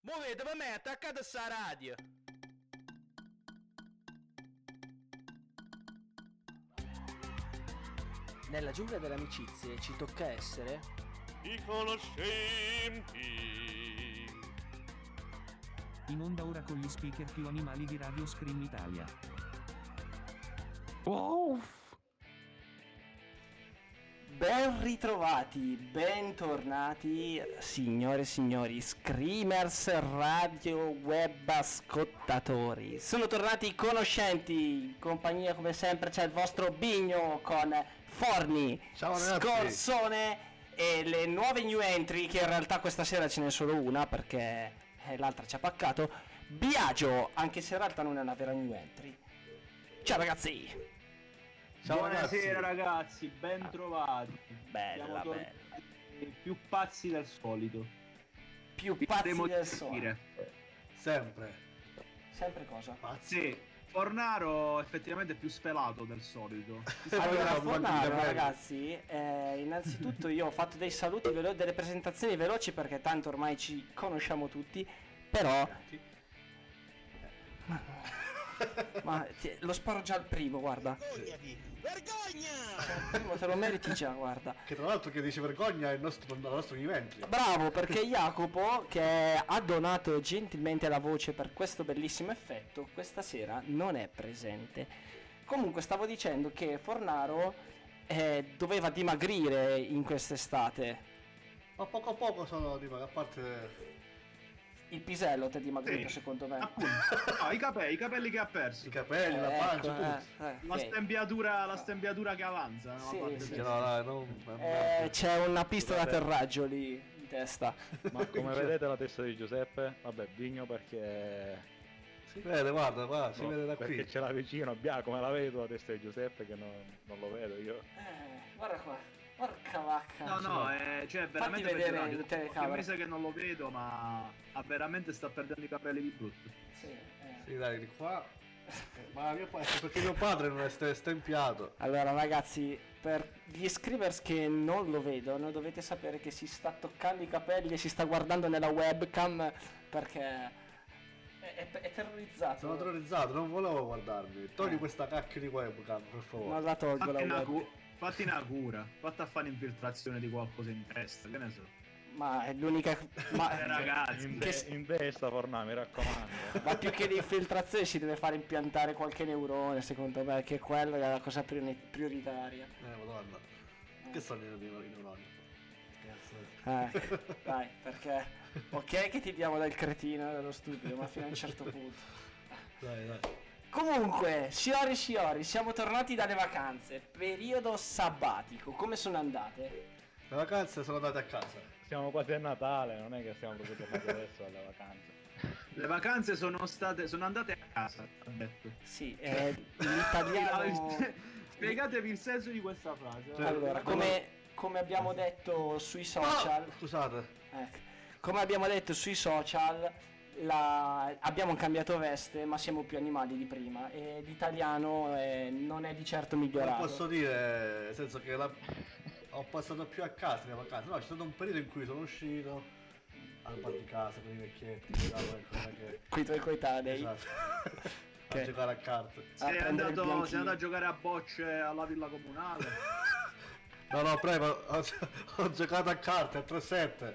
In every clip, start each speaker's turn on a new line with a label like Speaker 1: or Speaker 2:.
Speaker 1: Muovetevi, me attaccate sta radio. Nella giungla delle amicizie ci tocca essere
Speaker 2: i conoscenti.
Speaker 3: In onda ora con gli speaker più animali di Radio Scream Italia.
Speaker 1: Ben ritrovati, bentornati, signore e signori, screamers, radio, web ascoltatori. Sono tornati i conoscenti, in compagnia come sempre c'è il vostro Bigno con Forni,
Speaker 4: Ciao, ragazzi.
Speaker 1: Scorsone e le nuove new entry, che in realtà questa sera ce n'è solo una perché l'altra ci ha paccato, Biagio, anche se in realtà non è una vera new entry. Ciao ragazzi!
Speaker 4: Ciao
Speaker 5: Buonasera ragazzi, ben trovati.
Speaker 1: Bella,
Speaker 5: Siamo
Speaker 1: bella.
Speaker 5: tornati più pazzi del solito.
Speaker 1: Più
Speaker 5: Vi
Speaker 1: pazzi
Speaker 5: faremo
Speaker 1: del
Speaker 5: sentire.
Speaker 1: sole.
Speaker 4: Sempre.
Speaker 1: Sempre cosa?
Speaker 5: Sì, Fornaro effettivamente è più spelato del solito.
Speaker 1: Allora,
Speaker 4: Guarda,
Speaker 1: Fornaro,
Speaker 4: guarda,
Speaker 1: ragazzi, innanzitutto io ho fatto dei saluti delle presentazioni veloci perché tanto ormai ci conosciamo tutti, però... lo sparo già al primo, guarda.
Speaker 2: Vergognati! Vergogna!
Speaker 1: Il primo te lo meriti già, guarda.
Speaker 4: Che tra l'altro che dice vergogna è il nostro Juventus.
Speaker 1: Bravo, perché Jacopo, che ha donato gentilmente la voce per questo bellissimo effetto, questa sera non è presente. Comunque stavo dicendo che Fornaro doveva dimagrire in quest'estate.
Speaker 4: Ma poco a poco sono a parte
Speaker 1: Il pisello ti è dimagrito,
Speaker 5: Sì.
Speaker 1: secondo me.
Speaker 5: Appunto. No, i capelli che ha perso.
Speaker 4: i capelli, la pancia, tutto.
Speaker 5: La stempiatura che avanza.
Speaker 1: Sì,
Speaker 5: la parte
Speaker 1: sì.
Speaker 5: destra.
Speaker 4: No, dai, non...
Speaker 1: C'è una pista d'atterraggio lì in testa.
Speaker 6: Ma come vedete la testa di Giuseppe? Vabbè, Bigno perché...
Speaker 4: Si vede, guarda, qua, si
Speaker 6: no,
Speaker 4: vede da
Speaker 6: perché
Speaker 4: qui.
Speaker 6: ce l'ha vicino, come la vedo la testa di Giuseppe che non lo vedo io.
Speaker 1: Guarda qua. Porca vacca.
Speaker 5: No, cioè veramente
Speaker 1: Fatti vedere
Speaker 5: peggiorato.
Speaker 1: il
Speaker 5: Qualche
Speaker 1: telecamera.
Speaker 5: mese che non lo vedo, ma veramente sta perdendo i capelli di brutto.
Speaker 1: Sì,
Speaker 4: Sì, dai, di qua. Ma mio padre, perché mio padre non è stempiato.
Speaker 1: Allora ragazzi, per gli screamers che non lo vedono, dovete sapere che si sta toccando i capelli e si sta guardando nella webcam perché è terrorizzato.
Speaker 4: Sono terrorizzato, non volevo guardarmi. Togli
Speaker 1: Eh.
Speaker 4: questa cacchio di webcam, per favore.
Speaker 1: Non la tolgo la web.
Speaker 5: Fatti una cura, fatti a fare un'infiltrazione di qualcosa in testa, che ne so.
Speaker 1: Ma è l'unica...
Speaker 5: Ragazzi,
Speaker 6: In testa, Fornà, mi raccomando.
Speaker 1: Ma più che di infiltrazione si deve fare impiantare qualche neurone, secondo me, che quella è la cosa prioritaria.
Speaker 4: Madonna. Che sono i neuroni? Cazzo.
Speaker 1: Dai, perché... Ok che ti diamo del cretino dello stupido, ma fino a un certo punto.
Speaker 4: Dai.
Speaker 1: Comunque, signori, siamo tornati dalle vacanze, periodo sabbatico, come sono andate?
Speaker 4: Le vacanze sono andate a casa.
Speaker 6: Siamo quasi a Natale, non è che siamo proprio tornati adesso alle vacanze.
Speaker 5: le vacanze sono andate a casa, ha detto.
Speaker 1: Sì, l'italiano...
Speaker 5: Spiegatevi il senso di questa frase.
Speaker 4: Cioè,
Speaker 1: Allora, come abbiamo detto sui social...
Speaker 4: Scusate.
Speaker 1: Ecco, come abbiamo detto sui social, abbiamo cambiato veste, ma siamo più animali di prima e l'italiano non è di certo
Speaker 4: Non
Speaker 1: migliorato.
Speaker 4: posso dire, nel senso che ho passato più a casa le vacanze. No, c'è stato un periodo in cui sono uscito al bar di casa con i vecchietti,
Speaker 1: Qui i tuoi coetanei.
Speaker 4: esatto.
Speaker 1: Che-
Speaker 4: A giocare a carte.
Speaker 5: Sei
Speaker 1: prendere il
Speaker 5: andato
Speaker 1: bianchino.
Speaker 5: a giocare a bocce alla villa comunale.
Speaker 4: No, prego, ho giocato a carte a 3-7.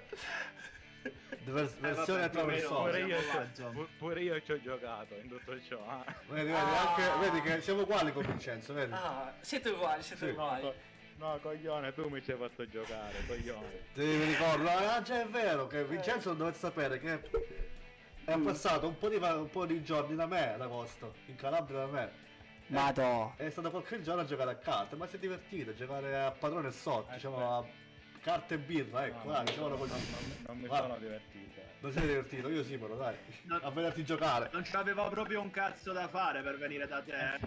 Speaker 4: Versione
Speaker 5: vabbè, più o meno,
Speaker 4: attraverso.
Speaker 6: Pure io ci ho giocato in tutto ciò.
Speaker 4: Vedi, vedi che siamo uguali con Vincenzo, vedi?
Speaker 1: Ah, siete uguali, siete uguali.
Speaker 6: No, coglione, tu mi ci hai fatto giocare, coglione.
Speaker 4: Ti ricordo, già è vero che Vincenzo non dovete sapere che è passato un po' di giorni da me ad agosto, in Calabria da me.
Speaker 1: Madò.
Speaker 4: È stato qualche giorno a giocare a carte, ma si è divertito a giocare a padrone e sotto, diciamo a carte e birra, ecco, dai, diciamolo così.
Speaker 6: Non mi
Speaker 4: Guarda,
Speaker 6: sono divertito.
Speaker 4: non sei divertito, io sì, però dai,
Speaker 5: No.
Speaker 4: a vederti giocare.
Speaker 5: Non c'aveva proprio un cazzo da fare per venire da te.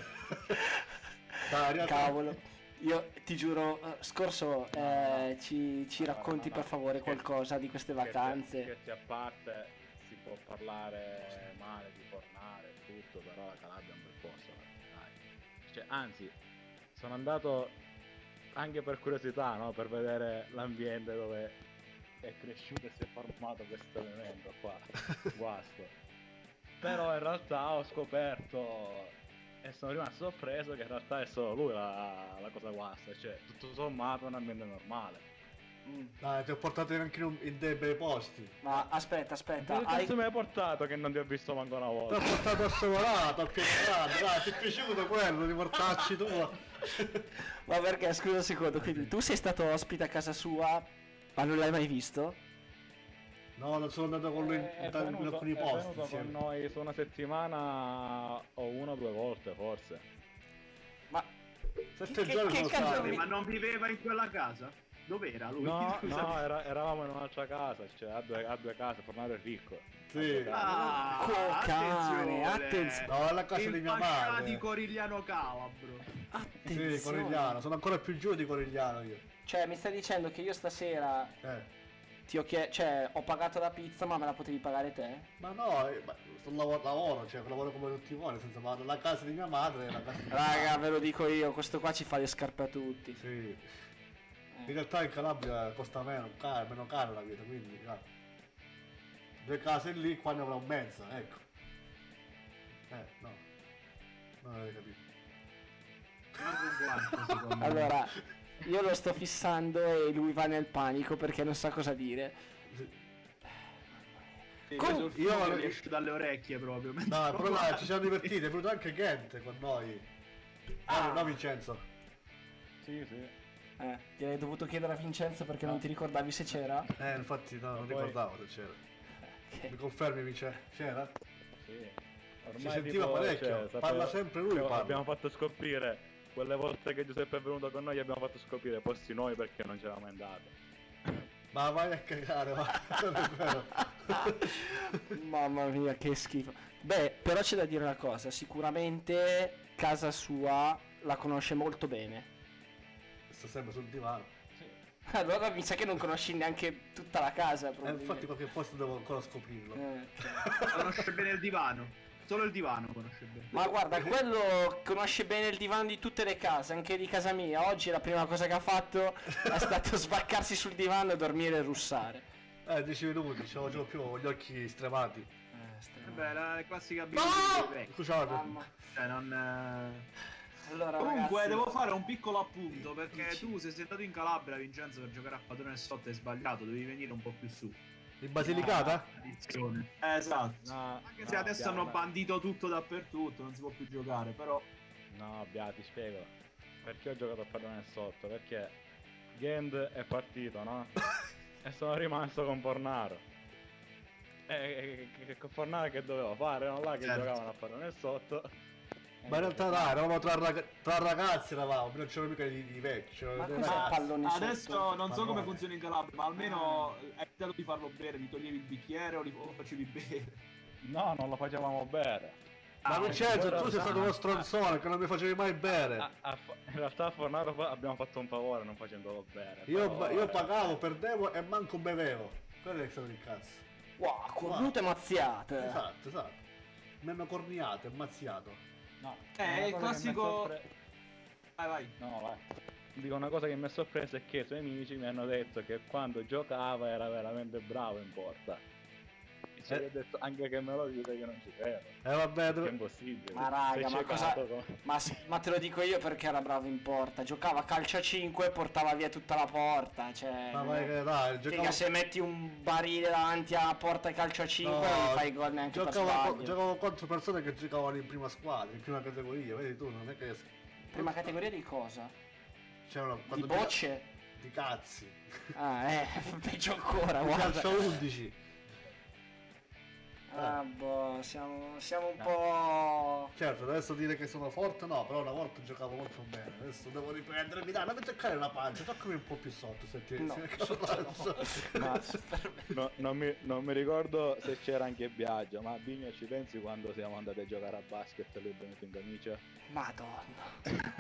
Speaker 4: Dai, in realtà-
Speaker 1: Cavolo. Io ti giuro, Scorso, ci racconti per favore qualcosa di queste vacanze.
Speaker 6: Che a parte si può parlare male di Fornare e tutto, però la Calabria è un bel posto, dai. Cioè, anzi, sono andato anche per curiosità, no? Per vedere l'ambiente dove è cresciuto e si è formato questo elemento qua, guasto. Però in realtà ho scoperto e sono rimasto sorpreso che in realtà è solo lui la cosa guasta, cioè tutto sommato è un ambiente normale.
Speaker 4: Dai, ti ho portato anche in dei bei posti.
Speaker 1: Ma aspetta,
Speaker 6: Dove cazzo mi hai portato che non ti ho visto manco una
Speaker 4: Ti ho
Speaker 6: volta?
Speaker 4: portato assevolato, al piacere, dai, ti è piaciuto quello di portarci tu?
Speaker 1: Ma perché, scusa un secondo, quindi tu sei stato ospite a casa sua, ma non l'hai mai visto?
Speaker 4: No, non sono andato con lui in alcuni
Speaker 6: è
Speaker 4: posti
Speaker 6: venuto con
Speaker 4: insieme.
Speaker 6: noi su una settimana o una o due volte forse.
Speaker 1: Ma
Speaker 4: 7
Speaker 1: che
Speaker 4: giorni sono
Speaker 1: cazzo
Speaker 4: stati.
Speaker 1: mi-
Speaker 5: Ma non viveva in quella casa? Dov'era lui?
Speaker 6: No,
Speaker 5: Scusa.
Speaker 6: no, eravamo in un'altra casa, cioè a due case, Fornario è ricco.
Speaker 4: Sì.
Speaker 5: Ah,
Speaker 1: Cane, attenzione.
Speaker 4: No, è la casa di mia
Speaker 5: Impasciati
Speaker 4: madre.
Speaker 5: Corigliano Calabro.
Speaker 1: attenzione.
Speaker 4: Sì, Corigliano, sono ancora più giù di Corigliano io.
Speaker 1: Cioè, mi stai dicendo che io stasera
Speaker 4: Eh.
Speaker 1: cioè, ho pagato la pizza, ma me la potevi pagare te?
Speaker 4: Ma no, sto lavoro, cioè lavoro come tutti voi, nel senso vado alla casa di mia madre e la casa di mia
Speaker 1: Raga,
Speaker 4: madre.
Speaker 1: ve lo dico io, questo qua ci fa le scarpe a tutti.
Speaker 4: Sì. In realtà in Calabria costa meno caro la vita, quindi due case lì, qua ne avrò mezza, ecco. No. Non avete capito.
Speaker 1: Allora, io lo sto fissando e lui va nel panico perché non sa cosa dire.
Speaker 4: io-
Speaker 5: Gli esce dalle orecchie proprio.
Speaker 4: No, però dai, ci siamo divertiti, è venuto anche Gente con noi. No, Vincenzo.
Speaker 6: Sì, sì.
Speaker 1: Ti hai dovuto chiedere a Vincenzo perché non ti ricordavi se c'era?
Speaker 4: Infatti no, non
Speaker 6: poi-
Speaker 4: ricordavo se c'era.
Speaker 1: Ok.
Speaker 4: Mi confermi, Vincenzo? C'era?
Speaker 6: Sì.
Speaker 4: Si sentiva parecchio, parla sempre lui, parla.
Speaker 6: Abbiamo fatto scoprire, quelle volte che Giuseppe è venuto con noi, abbiamo fatto scoprire posti noi perché non c'eravamo andato.
Speaker 4: Ma vai a cagare, va. Non è vero.
Speaker 1: Mamma mia, che schifo. Beh, però c'è da dire una cosa, sicuramente casa sua la conosce molto bene.
Speaker 4: Sto sempre sul divano.
Speaker 1: Allora mi sa che non conosci neanche tutta la casa,
Speaker 4: Infatti
Speaker 1: probabilmente.
Speaker 4: qualche posto devo ancora scoprirlo.
Speaker 1: Ok.
Speaker 5: Conosce bene il divano. Solo il divano conosce bene.
Speaker 1: Ma guarda, quello conosce bene il divano di tutte le case, anche di casa mia. Oggi la prima cosa che ha fatto è stato sbaccarsi sul divano, dormire e russare.
Speaker 4: 10 minuti, ce l'avevo più gli occhi stremati.
Speaker 5: Vabbè, la classica abitudine dei vecchi.
Speaker 4: Scusate.
Speaker 1: Mamma.
Speaker 5: Cioè, non...
Speaker 1: Allora,
Speaker 5: Comunque
Speaker 1: ragazzi,
Speaker 5: devo fare un piccolo appunto perché
Speaker 1: Dici.
Speaker 5: tu sei stato in Calabria, Vincenzo, per giocare a padrone sotto hai sbagliato, devi venire un po' più su.
Speaker 4: In Basilicata?
Speaker 5: Edizione. Esatto. Anche se adesso hanno bandito tutto dappertutto, non si può più giocare, però
Speaker 6: No, Bia, ti spiego. Perché ho giocato a padrone sotto? Perché Gend è partito, no? E sono rimasto con Fornaro. E con Fornaro che dovevo fare? Erano là che
Speaker 5: Certo.
Speaker 6: giocavano a padrone sotto.
Speaker 4: Ma in realtà dai, eravamo tra ragazzi eravamo, non c'erano mica di vecchi, c'erano
Speaker 1: Ma
Speaker 4: dei
Speaker 1: cos'è
Speaker 4: ragazzi.
Speaker 1: pallone
Speaker 5: adesso
Speaker 1: sotto?
Speaker 5: non so
Speaker 4: Pallone.
Speaker 5: come funziona in Calabria, ma almeno hai evitato di farlo bere, gli toglievi il bicchiere o lo facevi bere.
Speaker 6: No, non lo facevamo bere.
Speaker 4: Ma Vincenzo,
Speaker 6: però-
Speaker 4: tu sei stato uno stronzone che non mi facevi mai bere.
Speaker 6: In realtà a Fornaro abbiamo fatto un favore non facendolo bere.
Speaker 4: Io
Speaker 6: però,
Speaker 4: pagavo, perdevo e manco bevevo. Quello è stato il cazzo.
Speaker 1: Wow, cornute mazziate.
Speaker 4: Esatto. Mi hanno corniato e mazziato.
Speaker 6: No,
Speaker 5: È
Speaker 6: una
Speaker 5: il
Speaker 6: cosa che mi ha
Speaker 5: classico-
Speaker 6: sorpre-
Speaker 5: Vai.
Speaker 6: No, vai. Dico una cosa che mi ha sorpreso è che i suoi amici mi hanno detto che quando giocava era veramente bravo in porta. E ci ho detto anche che me lo dite che non ci credo.
Speaker 4: Vabbè,
Speaker 6: Che è impossibile.
Speaker 1: Ma raga,
Speaker 6: Sei
Speaker 1: ma cosa...
Speaker 6: ciecato con-
Speaker 1: Ma te lo dico io perché era bravo in porta. Giocava a calcio a 5 e portava via tutta la porta. Cioè,
Speaker 4: ma vai che dai,
Speaker 1: figa, se metti un barile davanti alla porta a calcio a 5
Speaker 4: No,
Speaker 1: non fai gol neanche per sbaglio.
Speaker 4: giocavo contro persone che giocavano in prima squadra, in prima categoria, vedi tu, non è che
Speaker 1: Prima categoria di cosa?
Speaker 4: c'erano
Speaker 1: Di
Speaker 4: quando
Speaker 1: bocce?
Speaker 4: di cazzi.
Speaker 1: Ah, peggio ancora,
Speaker 4: Di
Speaker 1: guarda.
Speaker 4: calcio 11.
Speaker 1: Ah, boh, siamo un po'...
Speaker 4: Certo, adesso dire che sono forte no, però una volta giocavo molto bene, adesso devo riprendermi, dai, non mi toccare la pancia, toccami un po' più sotto, senti,
Speaker 1: No,
Speaker 4: che so.
Speaker 6: Ma non mi ricordo se c'era anche Biagio, ma Bigno ci pensi quando siamo andati a giocare a basket e lui è venuto in camicia?
Speaker 1: Madonna.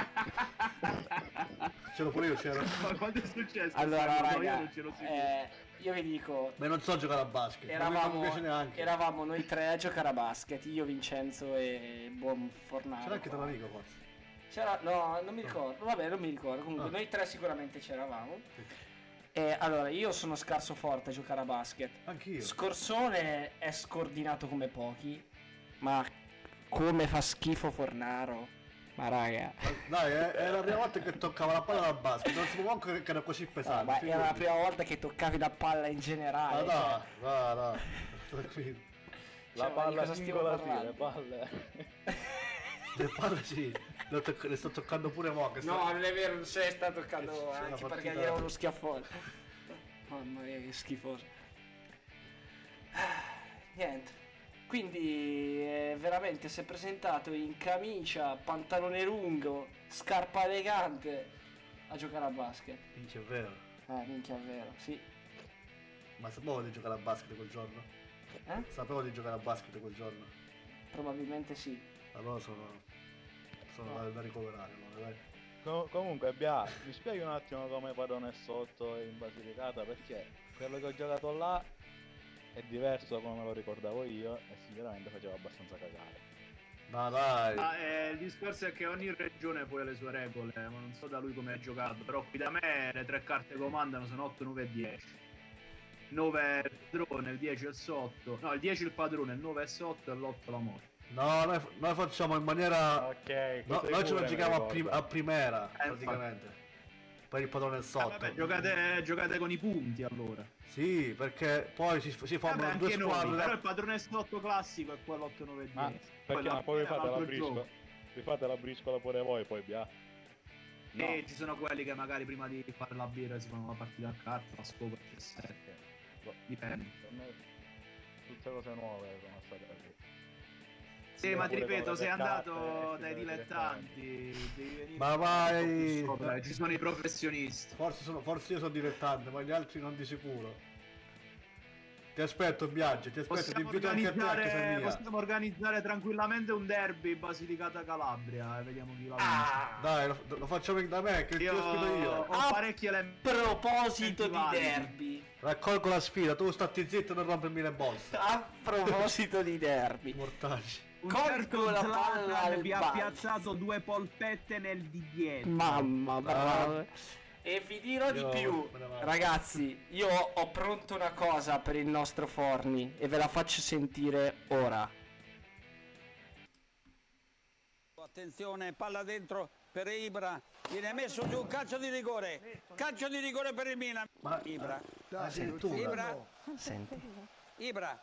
Speaker 4: C'ero pure io, c'ero.
Speaker 5: Ma quando è successo?
Speaker 1: Allora,
Speaker 5: No, io
Speaker 1: raga,
Speaker 5: non c'ero sicuro.
Speaker 1: io vi dico,
Speaker 4: Ma non so giocare a basket, non mi
Speaker 1: eravamo,
Speaker 4: piace neanche.
Speaker 1: eravamo noi tre a giocare a basket, io, Vincenzo e buon Fornaro.
Speaker 4: C'era anche
Speaker 1: qua.
Speaker 4: Tonamico forse.
Speaker 1: C'era, no, non mi ricordo, vabbè, non mi ricordo, comunque
Speaker 4: Ah.
Speaker 1: noi tre sicuramente c'eravamo. Allora, io sono scarso forte a giocare a basket.
Speaker 4: Anch'io.
Speaker 1: Scorsone è scordinato come pochi, ma come fa schifo Fornaro. Ma raga,
Speaker 4: Dai, è la prima volta che toccava la palla da basket, non sapevo neanche che era così
Speaker 1: no,
Speaker 4: pesante.
Speaker 1: ma era la
Speaker 4: figurati.
Speaker 1: prima volta che toccavi la palla in
Speaker 4: Ma
Speaker 1: generale.
Speaker 4: no, no, tranquillo.
Speaker 6: La
Speaker 1: Cioè, ma di
Speaker 6: palla
Speaker 1: cosa stiamo
Speaker 6: singola sì,
Speaker 1: parlando?
Speaker 6: le palle.
Speaker 4: Le palle sì, le sto toccando pure mo'. Che
Speaker 1: No, non è vero, non sei stato toccando
Speaker 4: C'è una
Speaker 1: anche perché
Speaker 4: partita-
Speaker 1: gli era uno schiaffone. Mamma mia, che schifoso. Niente. Quindi veramente si è presentato in camicia, pantalone lungo, scarpa elegante a giocare a basket.
Speaker 4: Dice, è vero.
Speaker 1: Minchia, è vero, sì.
Speaker 4: Ma sapevo di giocare a basket quel giorno? Sapevo di giocare a basket quel giorno.
Speaker 1: Probabilmente sì.
Speaker 4: Allora sono da ricoverare, no, dai.
Speaker 6: Comunque, Bia, mi spieghi un attimo come Padrone sotto in Basilicata, perché quello che ho giocato là è diverso come me lo ricordavo io e sicuramente faceva abbastanza cagare.
Speaker 4: Ma dai.
Speaker 5: Il discorso è che ogni regione poi ha le sue regole, ma non so da lui come ha giocato, però qui da me le 3 carte comandano sono 8, 9 e 10. 9 è il padrone, il 10 è il sotto, no il 10 è il padrone, il 9 è sotto e l'8 la morte.
Speaker 4: No, noi facciamo in maniera...
Speaker 6: Ok,
Speaker 4: No, noi ce lo giochiamo a primera, praticamente.
Speaker 5: infatti.
Speaker 4: Per il padrone del sotto.
Speaker 5: Vabbè, giocate con i punti allora.
Speaker 4: Sì, perché poi si
Speaker 5: Vabbè,
Speaker 4: formano due
Speaker 5: anche noi,
Speaker 4: squadre.
Speaker 5: però il padrone sotto classico è quello 8, 9 e 10.
Speaker 6: Ma perché
Speaker 5: la
Speaker 6: poi vi
Speaker 5: fine è
Speaker 6: fate la
Speaker 5: l'altro
Speaker 6: briscola?
Speaker 5: gioco.
Speaker 6: Vi fate la briscola pure voi, poi Bia? No.
Speaker 5: E ci sono quelli che magari prima di fare la birra si fanno la partita a carte, la scopa, il 7. Dipende.
Speaker 6: Per me tutte cose nuove sono state così.
Speaker 5: Sì, ma ti
Speaker 6: pure
Speaker 5: ripeto,
Speaker 6: con
Speaker 5: sei
Speaker 6: le
Speaker 5: andato
Speaker 6: carte,
Speaker 5: dai
Speaker 6: sì,
Speaker 5: dilettanti, devi venire
Speaker 4: Ma
Speaker 5: un
Speaker 4: vai.
Speaker 5: po' più sopra, ci sono i professionisti.
Speaker 4: Forse io sono dilettante, ma gli altri non di sicuro. Ti aspetto in viaggio, ti aspetto, ti invito anche a te a casa mia.
Speaker 5: Possiamo organizzare tranquillamente un derby Basilicata Calabria e vediamo chi la vince.
Speaker 4: Dai, lo facciamo da me, che ti ospito io.
Speaker 5: Ho parecchi elementi.
Speaker 1: Proposito di
Speaker 5: validi.
Speaker 1: derby.
Speaker 4: Raccolgo la sfida, tu stati zitto e non rompermi le bosse.
Speaker 1: A proposito di derby.
Speaker 4: Mortaggi.
Speaker 5: Un
Speaker 1: Colgo
Speaker 5: certo
Speaker 1: la palla
Speaker 5: Zlatan
Speaker 1: al
Speaker 5: vi ha
Speaker 1: balzo.
Speaker 5: piazzato 2 polpette nel di dietro.
Speaker 1: Mamma, bravo. E vi dirò di
Speaker 4: Io
Speaker 1: più,
Speaker 4: me ne vado.
Speaker 1: ragazzi, io ho pronto una cosa per il nostro Forni e ve la faccio sentire ora.
Speaker 7: Attenzione, palla dentro per Ibra, viene messo giù, calcio di rigore per il Milan.
Speaker 4: Ma
Speaker 7: Ibra,
Speaker 4: addirittura.
Speaker 7: Ibra,
Speaker 1: Senti,
Speaker 7: Ibra.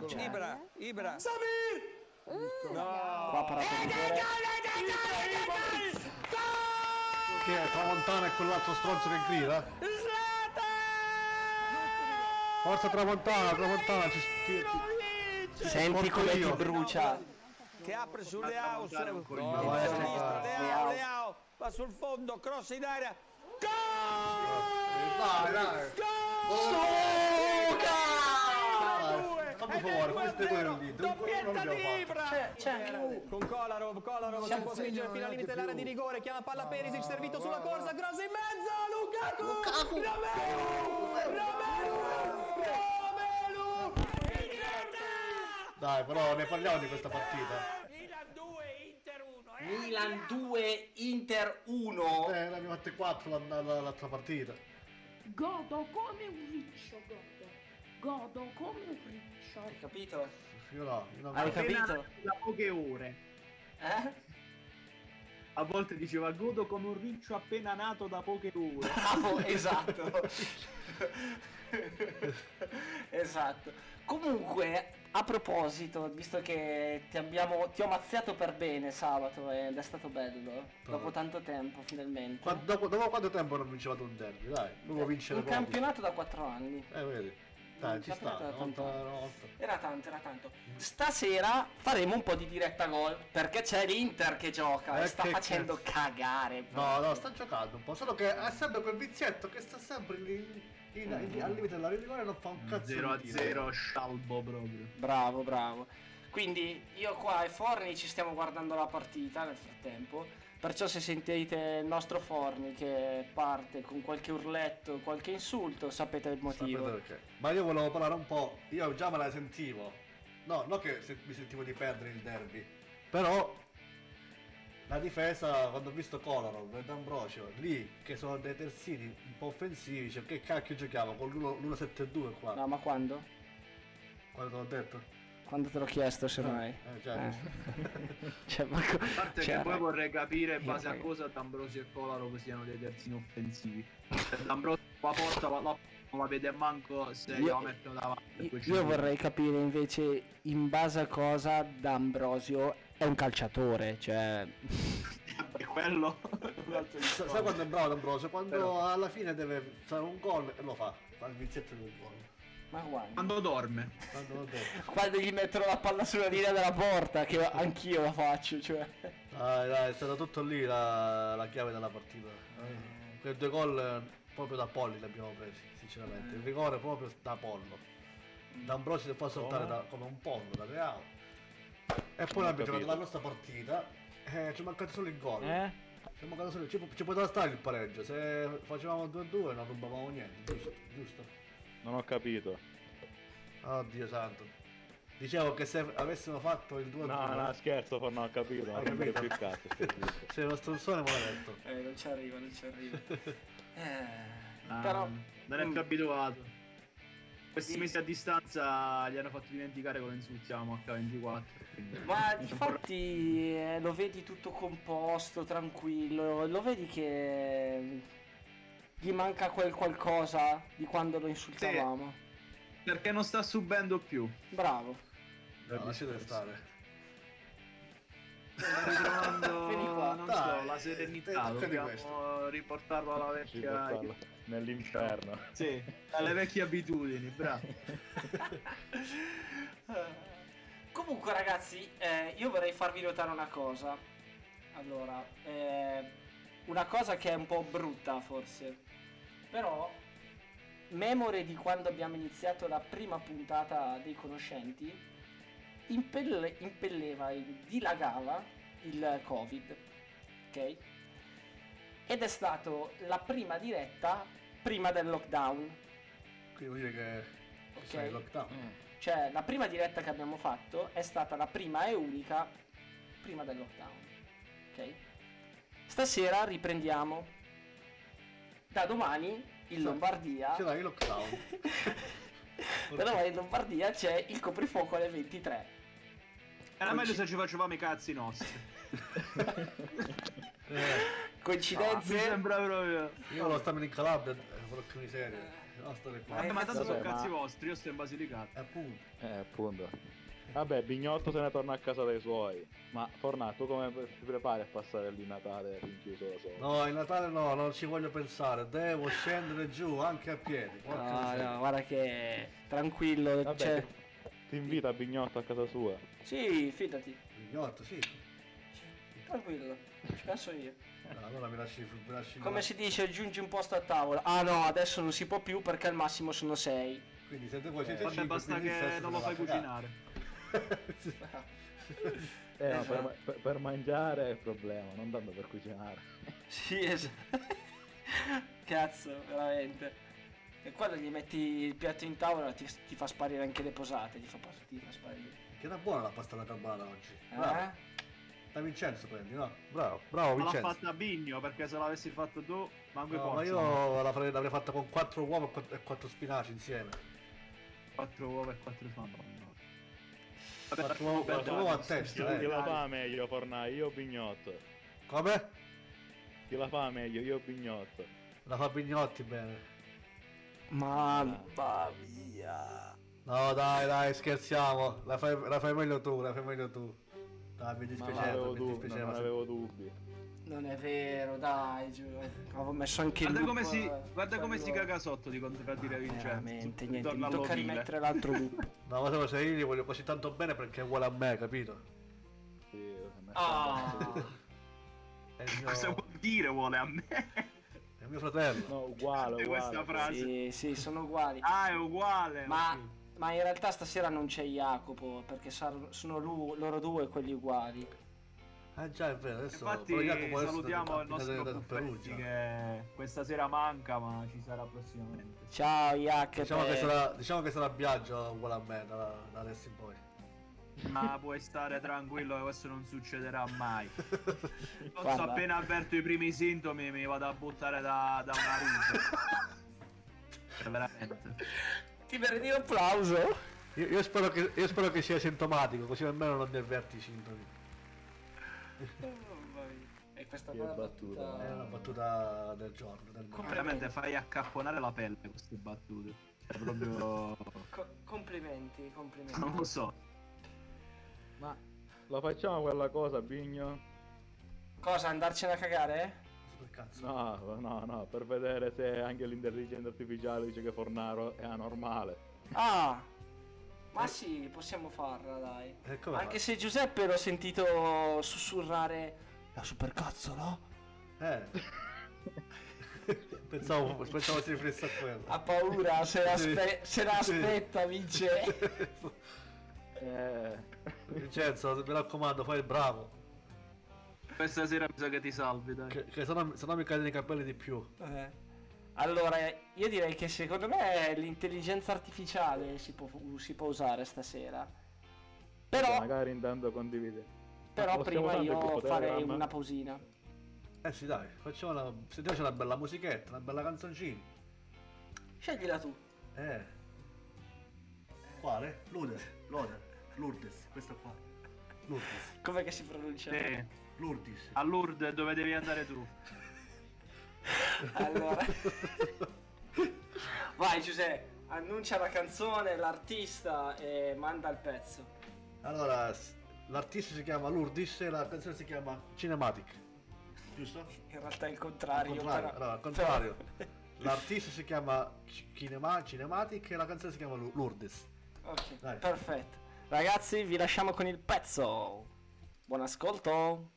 Speaker 1: qua ha parato il rigore.
Speaker 4: Che è Tramontana e quell'altro stronzo che grida? Forza Tramontana,
Speaker 1: Senti
Speaker 4: porto
Speaker 1: come ti
Speaker 4: io.
Speaker 1: brucia.
Speaker 7: Che apre su Leao, su
Speaker 5: tramontare un coglione.
Speaker 7: no,
Speaker 4: Vai,
Speaker 7: sinistra,
Speaker 1: Leao.
Speaker 7: Leao, va sul fondo, cross in aria, gol!
Speaker 4: Dai. Fammi un favore, come siete voi lì?
Speaker 7: Doppietta di Ibra!
Speaker 8: Con Kolarov si può spingere fino al limite dell'area di rigore, chiama palla Perisic, servito sulla corsa, cross in mezzo, Lukaku! Romelu!
Speaker 4: Dai, però ne parliamo di questa partita.
Speaker 1: Milan 2, Inter 1.
Speaker 4: Ne abbiamo fatte 4 l'altra partita.
Speaker 9: Godo come un riccio, godo come un riccio.
Speaker 1: Hai capito?
Speaker 4: Io no,
Speaker 1: Hai
Speaker 5: Appena
Speaker 1: capito?
Speaker 5: da poche ore. A volte diceva godo come un riccio appena nato da poche ore.
Speaker 1: Bravo, esatto. Esatto. Comunque, a proposito, visto che ti ho mazziato per bene sabato ed è stato bello, dopo tanto tempo finalmente.
Speaker 4: Dopo quanto tempo non vincevate un derby? Dai, dovevo vincere
Speaker 1: Un
Speaker 4: proprio.
Speaker 1: campionato da 4 anni.
Speaker 4: Vedi. Dai, ci sta.
Speaker 1: Campionato da
Speaker 4: Una
Speaker 1: tanto.
Speaker 4: volta.
Speaker 1: Era tanto. Stasera faremo un po' di diretta gol perché c'è l'Inter che gioca e sta
Speaker 4: che
Speaker 1: facendo cagare.
Speaker 4: No, sta giocando un po', solo che ha sempre quel vizietto che sta sempre lì al limite della rigore e non fa un cazzo
Speaker 5: 0-0 scialbo proprio.
Speaker 1: Bravo. Quindi io qua e Forni ci stiamo guardando la partita nel frattempo. Perciò se sentite il nostro Forni che parte con qualche urletto, qualche insulto, sapete il motivo.
Speaker 4: Sapete perché? Ma io volevo parlare un po', io già me la sentivo. No, non che mi sentivo di perdere il derby, però la difesa, quando ho visto Kolarov e D'Ambrosio, lì che sono dei terzini un po' offensivi, dice che cacchio giochiamo con l'1-7-2 qua.
Speaker 1: No, ma quando?
Speaker 4: Quando te l'ho detto?
Speaker 1: Quando te l'ho chiesto, semmai.
Speaker 4: Cioè,
Speaker 1: Cioè, ma
Speaker 5: A parte
Speaker 1: cioè,
Speaker 5: che poi vorrei capire in
Speaker 1: Io
Speaker 5: base a
Speaker 1: poi-
Speaker 5: cosa D'Ambrosio e Kolarov siano dei terzini offensivi. Cioè, D'Ambrosio la porta, non la vede manco se
Speaker 1: Io-
Speaker 5: la mettono davanti.
Speaker 1: Io vorrei capire invece in base a cosa D'Ambrosio è un calciatore, cioè...
Speaker 5: È quello.
Speaker 4: sai quando è bravo D'Ambrosio? Quando
Speaker 5: Però-
Speaker 4: alla fine deve fare un gol e lo fa il vizietto del gol.
Speaker 1: Ma guarda,
Speaker 5: Quando dorme.
Speaker 4: Quando lo deve.
Speaker 1: quando gli mettono la palla sulla linea della porta, che anch'io la faccio, cioè...
Speaker 4: Dai, è stato tutto lì la chiave della partita. Quei 2 gol proprio da polli li abbiamo presi, sinceramente. Il rigore proprio da pollo. D'Ambrosio si fa saltare come un pollo da Real. E poi abbiamo giocato la nostra partita. Ci è mancato solo il gol. Ci è mancato solo, ci poteva stare il pareggio. Se facevamo 2-2 non rubavamo niente, giusto?
Speaker 6: Non ho capito.
Speaker 4: Oddio santo. Dicevo che se avessimo fatto il 2-2.
Speaker 6: No, scherzo, non ho capito.
Speaker 4: Hai
Speaker 6: Non ho
Speaker 4: capito?
Speaker 6: più cazzo.
Speaker 4: Sei uno stronzone maledetto.
Speaker 1: non ci arriva.
Speaker 5: Ah,
Speaker 1: Però...
Speaker 5: non è più abituato. Questi mesi a distanza gli hanno fatto dimenticare come insultiamo H24. quindi-
Speaker 1: Ma infatti lo vedi tutto composto, tranquillo, lo vedi che gli manca quel qualcosa di quando lo insultavamo.
Speaker 5: Perché non sta subendo più.
Speaker 1: Bravo.
Speaker 4: No, lasciate stare.
Speaker 5: Sta ritrovando
Speaker 1: Vieni qua,
Speaker 5: non
Speaker 4: dai,
Speaker 5: so, la serenità.
Speaker 4: tocca di
Speaker 5: Dobbiamo riportarlo alla vecchia.
Speaker 6: Nell'inferno.
Speaker 5: Sì, alle vecchie abitudini, bravo.
Speaker 1: Comunque ragazzi, io vorrei farvi notare una cosa. Allora, una cosa che è un po' brutta forse, però memore di quando abbiamo iniziato la prima puntata dei conoscenti, impelleva, dilagava il Covid, ok? Ed è stato la prima diretta prima del lockdown,
Speaker 4: Quindi vuol dire che
Speaker 1: ok?
Speaker 4: sei in lockdown.
Speaker 1: Cioè, la prima diretta che abbiamo fatto è stata la prima e unica prima del lockdown. Ok? Stasera riprendiamo. Da domani in Lombardia.
Speaker 4: Ce l'hai il lockdown.
Speaker 1: Da domani in Lombardia c'è il coprifuoco alle 23.
Speaker 5: Era meglio se ci facevamo i cazzi nostri.
Speaker 1: Coincidenze?
Speaker 5: Mi sembra proprio.
Speaker 4: Io lo stavo in Calabria, porca miseria. No, stare qua.
Speaker 5: Ma tanto sono
Speaker 6: Vabbè,
Speaker 5: cazzi
Speaker 6: ma-
Speaker 5: vostri, io sto in Basilicata.
Speaker 4: Appunto.
Speaker 6: Appunto. Vabbè, Bignotto se ne torna a casa dei suoi. Ma Fornato, tu come ti prepari a passare lì Natale rinchiuso da solo?
Speaker 4: No, il Natale no, non ci voglio pensare. Devo scendere giù anche a piedi. Porca
Speaker 1: No,
Speaker 4: miseria.
Speaker 1: no, guarda che tranquillo.
Speaker 6: Vabbè,
Speaker 1: Cioè...
Speaker 6: ti invita Bignotto a casa sua.
Speaker 1: Sì, fidati.
Speaker 4: Ignotto, sì.
Speaker 1: Tranquillo, ci penso io.
Speaker 4: Allora mi lasci.
Speaker 1: Come si dice, aggiungi un posto a tavola. Ah no, adesso non si può più perché al massimo sono 6.
Speaker 4: Quindi siete voi, siete
Speaker 5: Vabbè,
Speaker 4: cinque,
Speaker 5: basta
Speaker 4: quindi
Speaker 5: che
Speaker 4: stesso
Speaker 5: non lo
Speaker 4: se
Speaker 5: fai
Speaker 4: la cagate.
Speaker 5: cucinare.
Speaker 6: No,
Speaker 1: Esatto.
Speaker 6: per mangiare è il problema, non tanto per cucinare.
Speaker 1: Sì, esatto. Cazzo, veramente. E quando gli metti il piatto in tavola ti fa sparire anche le posate, ti fa sparire.
Speaker 4: Che era buona la pasta alla carbonara oggi.
Speaker 1: Eh?
Speaker 4: Bravo. Da Vincenzo prendi, no? Bravo
Speaker 5: Ma l'ha
Speaker 4: Vincenzo.
Speaker 5: fatta a Bigno, perché se l'avessi fatto tu, manco i
Speaker 4: No, ma
Speaker 5: porci.
Speaker 4: io l'avrei fatta con 4 uova e 4 spinaci insieme.
Speaker 5: 4 uova e 4 fanno.
Speaker 4: 4 uova a testa,
Speaker 6: Chi la fa meglio, Fornai? Io o Bignotto?
Speaker 4: Come?
Speaker 6: Chi la fa meglio? Io o Bignotto?
Speaker 4: La fa Pignotti bene.
Speaker 1: Mamma mia.
Speaker 4: No dai, scherziamo. La fai meglio tu, Dai, mi dispiaceva,
Speaker 6: Non avevo dubbi.
Speaker 1: Non è vero, dai, giuro. Avevo messo anche il
Speaker 5: Guarda
Speaker 1: loop,
Speaker 5: come si
Speaker 1: quello-
Speaker 5: caga sotto di contraddire Vincenzo.
Speaker 1: Veramente, niente,
Speaker 5: Torna
Speaker 1: mi tocca
Speaker 5: all'ovile.
Speaker 1: rimettere l'altro loop.
Speaker 4: No, ma se io li voglio così tanto bene perché è uguale a me, capito?
Speaker 6: Sì,
Speaker 1: Ah.
Speaker 4: È il mio,
Speaker 5: Cosa vuol dire vuole a me?
Speaker 4: è il mio fratello.
Speaker 6: No, uguale,
Speaker 5: Questa
Speaker 6: uguale.
Speaker 5: frase.
Speaker 1: Sì, sono uguali.
Speaker 5: Ah, è uguale.
Speaker 1: Ma in realtà stasera non c'è Jacopo, perché sono loro due quelli uguali.
Speaker 4: Già è vero, adesso
Speaker 5: Infatti
Speaker 4: però Jacopo adesso
Speaker 5: salutiamo il nostro
Speaker 4: da
Speaker 5: Buffetti
Speaker 4: Perugia.
Speaker 5: che questa sera manca, ma ci sarà prossimamente.
Speaker 1: Ciao Jacopo.
Speaker 4: Diciamo che sarà Biagio uguale a me da adesso in poi.
Speaker 5: Ma puoi stare tranquillo che questo non succederà mai. Non so,
Speaker 1: Guarda.
Speaker 5: appena avverto i primi sintomi mi vado a buttare da una rupe. Veramente.
Speaker 1: Ti meriti un applauso?
Speaker 4: Io spero che sia sintomatico, così almeno non ne avverti i sintomi.
Speaker 1: E questa
Speaker 6: Che
Speaker 1: qua è una
Speaker 6: battuta.
Speaker 4: È una battuta del giorno. Del momento.
Speaker 5: Veramente fai accapponare la pelle queste battute. Cioè, proprio.
Speaker 1: Complimenti.
Speaker 5: Non lo so.
Speaker 6: Ma lo facciamo quella cosa, Bigno?
Speaker 1: Cosa, andarcene a cagare?
Speaker 4: Sul cazzo.
Speaker 6: No, per vedere se anche l'intelligenza artificiale dice che Fornaro è anormale.
Speaker 1: Ah, ma sì, possiamo farla, dai.
Speaker 4: Come
Speaker 1: Anche
Speaker 4: fa?
Speaker 1: se Giuseppe l'ho sentito sussurrare la supercazzola.
Speaker 4: Pensavo si riferisse a quello.
Speaker 1: Ha paura, se
Speaker 4: Sì.
Speaker 1: l'aspetta, vince.
Speaker 4: Vincenzo, mi raccomando, fai il bravo.
Speaker 5: Questa sera mi sa che ti salvi, dai.
Speaker 4: Che se no mi cadono i capelli di più.
Speaker 1: Allora, io direi che secondo me l'intelligenza artificiale si può usare stasera. Però,
Speaker 6: Magari intanto condivide.
Speaker 1: però
Speaker 6: Lo stiamo
Speaker 1: prima
Speaker 6: usando il
Speaker 1: io
Speaker 6: gruppo
Speaker 1: farei
Speaker 6: Telegram?
Speaker 1: una pausina.
Speaker 4: Sì dai, sentiamoci una bella musichetta, una bella canzoncina.
Speaker 1: Sceglila tu.
Speaker 4: Quale? Lourdes, questa qua. Lourdes.
Speaker 1: Com'è che si pronuncia?
Speaker 4: Lourdes.
Speaker 5: A Lourdes dove devi andare tu.
Speaker 1: Allora. Vai Giuseppe, annuncia la canzone, l'artista e manda il pezzo.
Speaker 4: Allora, l'artista si chiama Lourdes e la canzone si chiama Cinematic. Giusto?
Speaker 1: In realtà è il contrario.
Speaker 4: Allora, al contrario. L'artista si chiama Cinematic e la canzone si chiama Lourdes.
Speaker 1: Ok,
Speaker 4: Dai.
Speaker 1: perfetto. Ragazzi, vi lasciamo con il pezzo. Buon ascolto.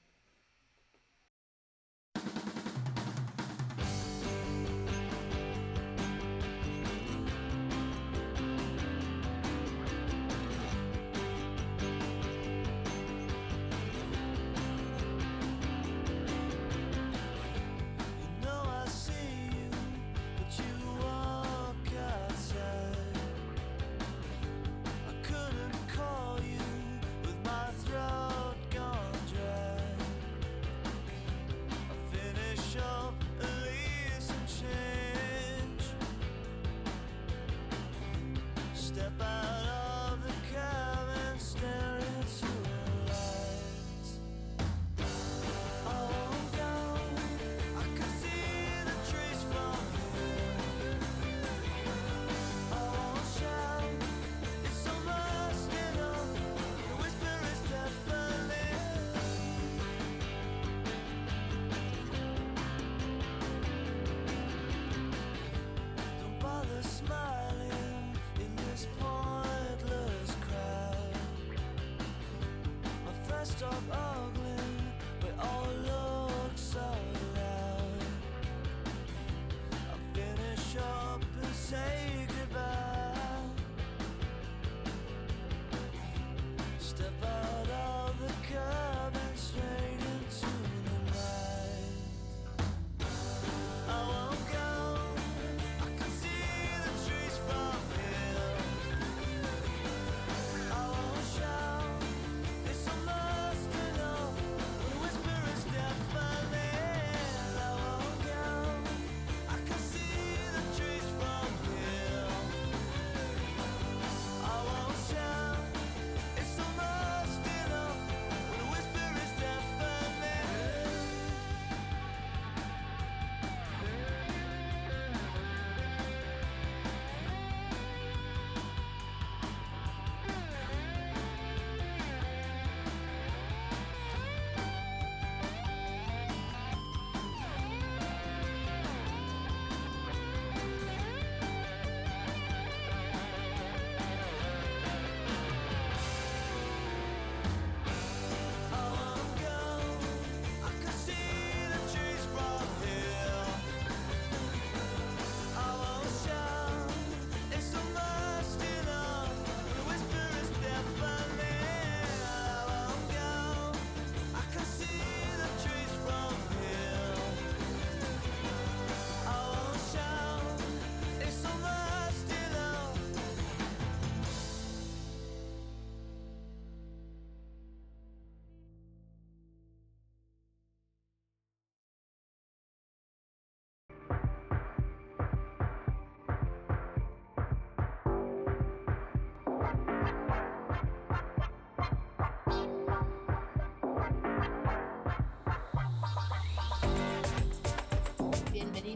Speaker 10: Couldn't call you with my throat gone dry.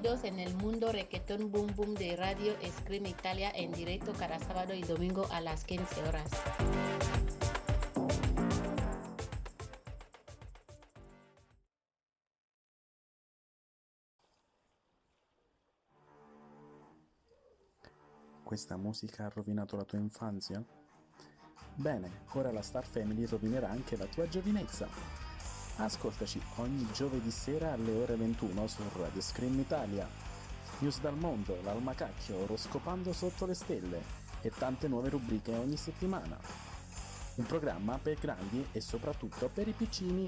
Speaker 10: Bienvenidos en el mundo reggaetón boom boom de Radio Scream Italia en directo cada sábado y domingo a las 15 horas.
Speaker 11: Questa musica ha rovinato la tua infanzia? Bene, ora la Star Family rovinerà anche la tua giovinezza. Ascoltaci ogni giovedì sera alle ore 21 su Radio Scream Italia. News dal mondo, l'almacacchio, oroscopando sotto le stelle e tante nuove rubriche ogni settimana. Un programma per grandi e soprattutto per i piccini.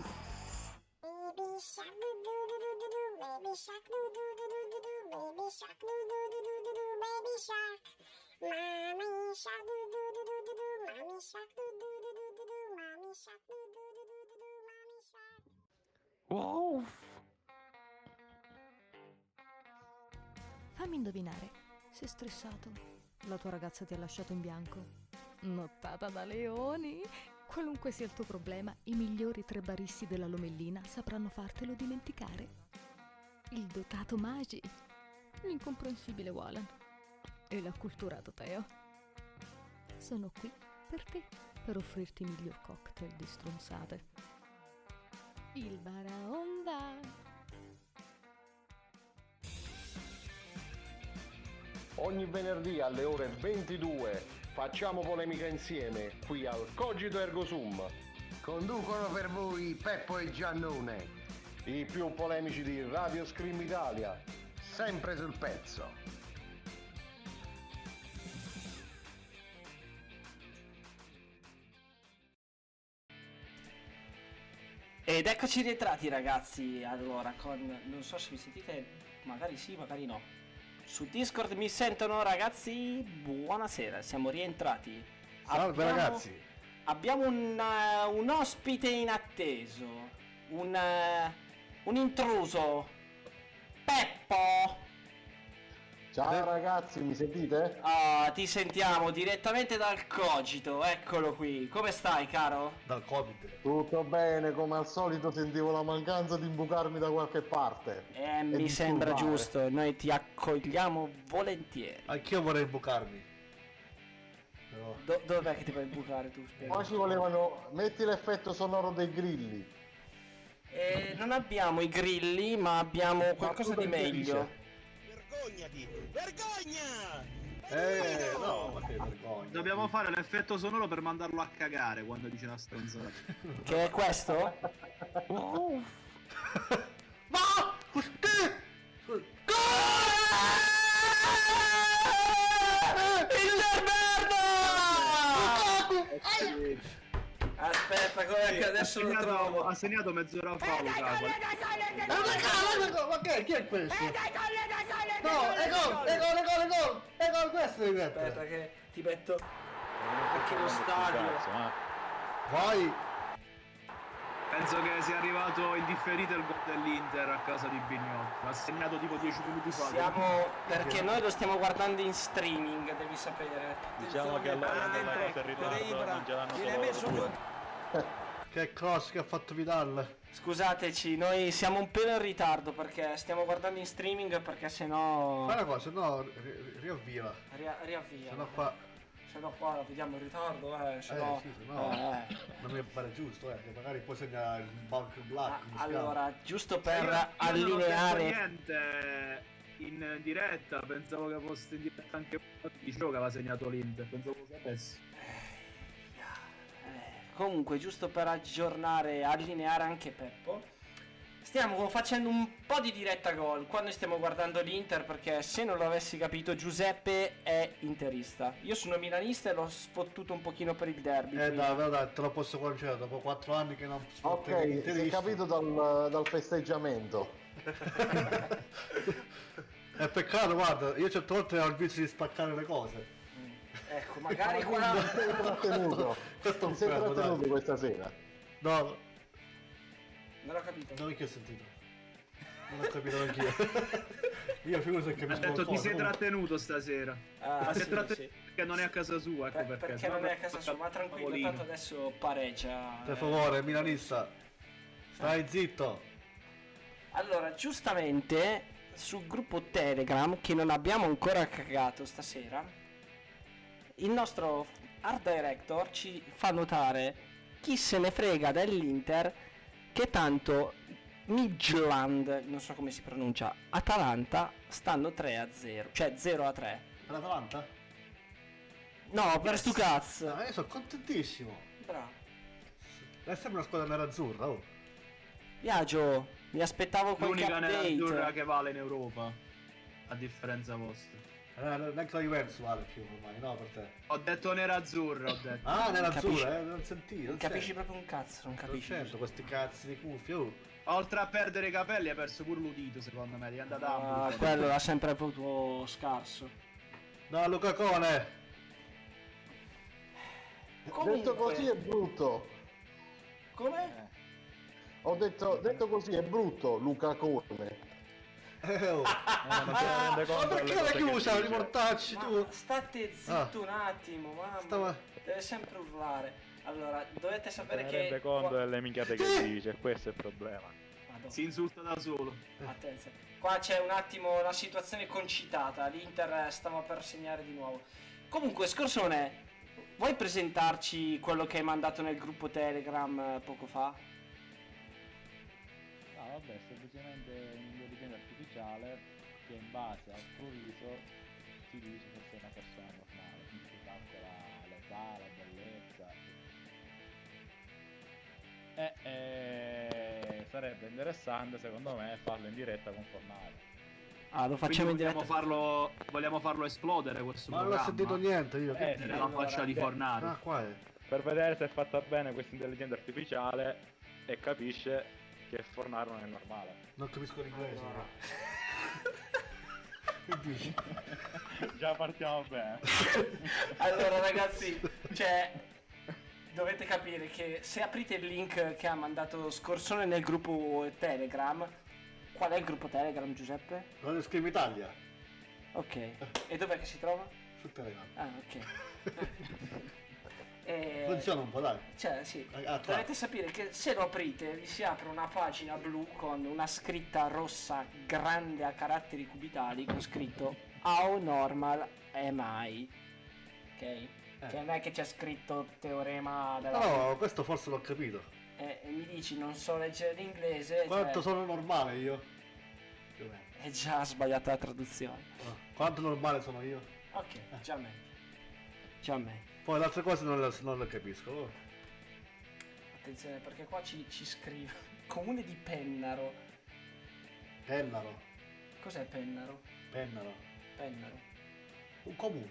Speaker 12: Wow. Fammi indovinare, sei stressato? La tua ragazza ti ha lasciato in bianco? Nottata da leoni? Qualunque sia il tuo problema, i migliori 3 baristi della Lomellina sapranno fartelo dimenticare. Il dotato Magi, l'incomprensibile Walan e l'acculturato Teo sono qui per te, per offrirti il miglior cocktail di stronzate. Il Baraonda.
Speaker 13: Ogni venerdì alle ore 22 facciamo polemica insieme qui al Cogito Ergo Sum.
Speaker 14: Conducono per voi Peppo e Giannone,
Speaker 13: i più polemici di Radio Scream Italia,
Speaker 14: sempre sul pezzo.
Speaker 1: Ed eccoci rientrati ragazzi, allora non so se mi sentite, magari sì, magari no. Su Discord mi sentono ragazzi? Buonasera, siamo rientrati.
Speaker 4: Salve ragazzi.
Speaker 1: Abbiamo un ospite inatteso, un intruso, Peppo.
Speaker 13: Ciao ragazzi, mi sentite?
Speaker 1: Ah, ti sentiamo direttamente dal Cogito, eccolo qui. Come stai, caro?
Speaker 4: Dal Covid.
Speaker 13: Tutto bene, come al solito sentivo la mancanza di imbucarmi da qualche parte.
Speaker 1: Mi sembra giusto, noi ti accogliamo volentieri.
Speaker 4: Anch'io vorrei imbucarmi.
Speaker 1: Però... dov'è che ti puoi imbucare tu? Spiega.
Speaker 13: Poi ci volevano, metti l'effetto sonoro dei grilli.
Speaker 1: Non abbiamo i grilli, ma abbiamo qualcosa di meglio.
Speaker 2: Vergognati! Vergogna!
Speaker 4: No, ma che vergogna.
Speaker 5: Dobbiamo fare l'effetto sonoro per mandarlo a cagare quando dice la stronzata.
Speaker 1: Che è questo?
Speaker 4: No!
Speaker 1: Aspetta, come che adesso lo trovo.
Speaker 5: Ha segnato mezz'ora fa.
Speaker 4: Ma che? Chi è questo? No, è gol, questo devi mettere.
Speaker 1: Aspetta che ti metto anche lo stadio.
Speaker 4: Vai.
Speaker 5: Penso che sia arrivato in differita il gol dell'Inter a casa di Bignotti. Ha segnato tipo 10 minuti fa.
Speaker 1: Perché noi lo stiamo guardando in streaming, devi sapere.
Speaker 6: Diciamo che allora nella cosa in ritardo non ce l'hanno solo loro.
Speaker 4: Che cross che ha fatto Vidal.
Speaker 1: Scusateci, noi siamo un pelo in ritardo perché stiamo guardando in streaming, perché sennò...
Speaker 4: Fai una cosa, no, riavvia.
Speaker 1: Riavvia.
Speaker 4: Sennò
Speaker 1: qua la vediamo in ritardo, sennò...
Speaker 4: Sì, non mi pare giusto, che magari poi segna il bank black.
Speaker 1: Allora, giusto per allineare...
Speaker 5: Non ho detto niente in diretta, pensavo che fosse in diretta anche... Dicevo che aveva segnato l'Inter, pensavo lo sapessi.
Speaker 1: Comunque, giusto per aggiornare, allineare anche Peppo, stiamo facendo un po' di diretta gol quando stiamo guardando l'Inter, perché se non lo avessi capito Giuseppe è interista. Io sono milanista e l'ho sfottuto un pochino per il derby.
Speaker 4: Dai, te lo posso concedere, dopo 4 anni che non sfotti
Speaker 13: Ok, si è capito dal festeggiamento.
Speaker 4: È peccato, guarda, io certe volte ho il vizio di spaccare le cose.
Speaker 1: Ecco, magari qua...
Speaker 13: sei trattenuto.
Speaker 4: Questo
Speaker 13: sei trattenuto questa sera.
Speaker 4: No.
Speaker 1: Non ho capito.
Speaker 4: Non che ho sentito. Non ho capito anch'io. Io figuro se capisco.
Speaker 5: Ha detto ti sei trattenuto stasera.
Speaker 1: Ma
Speaker 5: si è trattenuto perché non è a casa sua, ecco perché.
Speaker 1: Perché non è a casa sua, ma tranquillo, tanto adesso pareggia.
Speaker 4: Per favore, milanista. Stai zitto.
Speaker 1: Allora, giustamente sul gruppo Telegram, che non abbiamo ancora cagato stasera, il nostro art director ci fa notare: chi se ne frega dell'Inter, che tanto Midtjylland, non so come si pronuncia, Atalanta, stanno 3-0, cioè 0-3.
Speaker 4: Per l'Atalanta?
Speaker 1: No, per stu cazzo.
Speaker 4: Io sono contentissimo.
Speaker 1: Bravo.
Speaker 4: È sempre una squadra nerazzurra, oh.
Speaker 1: Viaggio, mi aspettavo qualche
Speaker 5: L'unica
Speaker 1: update.
Speaker 5: nerazzurra che vale in Europa, a differenza vostra.
Speaker 4: Neanche la Juventus vale più ormai, no, per te.
Speaker 5: Ho detto nerazzurra, ho detto.
Speaker 4: Ah, nerazzurra, non senti.
Speaker 1: Non capisci proprio un cazzo, non capisci.
Speaker 4: Certo, questi cazzi di cuffie, oh.
Speaker 5: Oltre a perdere i capelli hai perso pure l'udito, secondo me, devi andare da Hamburg.
Speaker 1: Quello l'ha sempre avuto scarso.
Speaker 4: No, Luca Cone.
Speaker 13: Detto così è brutto.
Speaker 1: Come?
Speaker 13: Ho detto così è brutto, Luca Cone.
Speaker 4: Oh.
Speaker 6: Ma
Speaker 4: perché la chiusa? Riportacci tu.
Speaker 1: State zitto un attimo, mamma. Deve sempre urlare. Allora, dovete sapere
Speaker 6: Non
Speaker 1: che...
Speaker 6: rende conto delle minchiate che dice, questo è il problema.
Speaker 1: Madonna.
Speaker 5: Si insulta da solo.
Speaker 1: Attenzione. Qua c'è un attimo una situazione concitata. L'Inter stava per segnare di nuovo. Comunque, Scorsone, vuoi presentarci quello che hai mandato nel gruppo Telegram poco fa?
Speaker 6: No, vabbè, semplicemente un'intelligenza artificiale che in base al tuo viso ti dice se sei una persona normale, quindi ti calcola l'età, la bellezza. Sarebbe interessante secondo me farlo in diretta con Fornale.
Speaker 1: Ah, lo facciamo in diretta.
Speaker 5: Vogliamo farlo esplodere questo
Speaker 4: Ma non ho
Speaker 5: programma.
Speaker 4: sentito niente io.
Speaker 5: La faccia di Fornale.
Speaker 4: Ah, qua è.
Speaker 6: Per vedere se è fatta bene questa intelligenza artificiale e capisce che Fornare non è normale.
Speaker 4: Non capisco l'inglese.
Speaker 6: Che dici? Già partiamo bene.
Speaker 1: Allora ragazzi, cioè, dovete capire che se aprite il link che ha mandato Scorsone nel gruppo Telegram. Qual è il gruppo Telegram, Giuseppe?
Speaker 4: Radio Scream Italia.
Speaker 1: Ok. E dov'è che si trova?
Speaker 4: Su Telegram.
Speaker 1: Ah, ok.
Speaker 4: Funziona un po', dai.
Speaker 1: Cioè, sì. Dovete sapere che se lo aprite vi si apre una pagina blu con una scritta rossa grande a caratteri cubitali con scritto How normal am I? Ok? Che non è che c'è scritto teorema della...
Speaker 4: No, questo forse l'ho capito.
Speaker 1: E mi dici non so leggere l'inglese.
Speaker 4: Quanto sono normale io?
Speaker 1: È già sbagliata la traduzione.
Speaker 4: Quanto normale sono io?
Speaker 1: Ok, già meglio. Già meglio.
Speaker 4: Poi le altre cose non le capisco. Oh.
Speaker 1: Attenzione perché qua ci scrive Comune di Pennaro.
Speaker 4: Pennaro.
Speaker 1: Cos'è Pennaro?
Speaker 4: Pennaro. Un comune.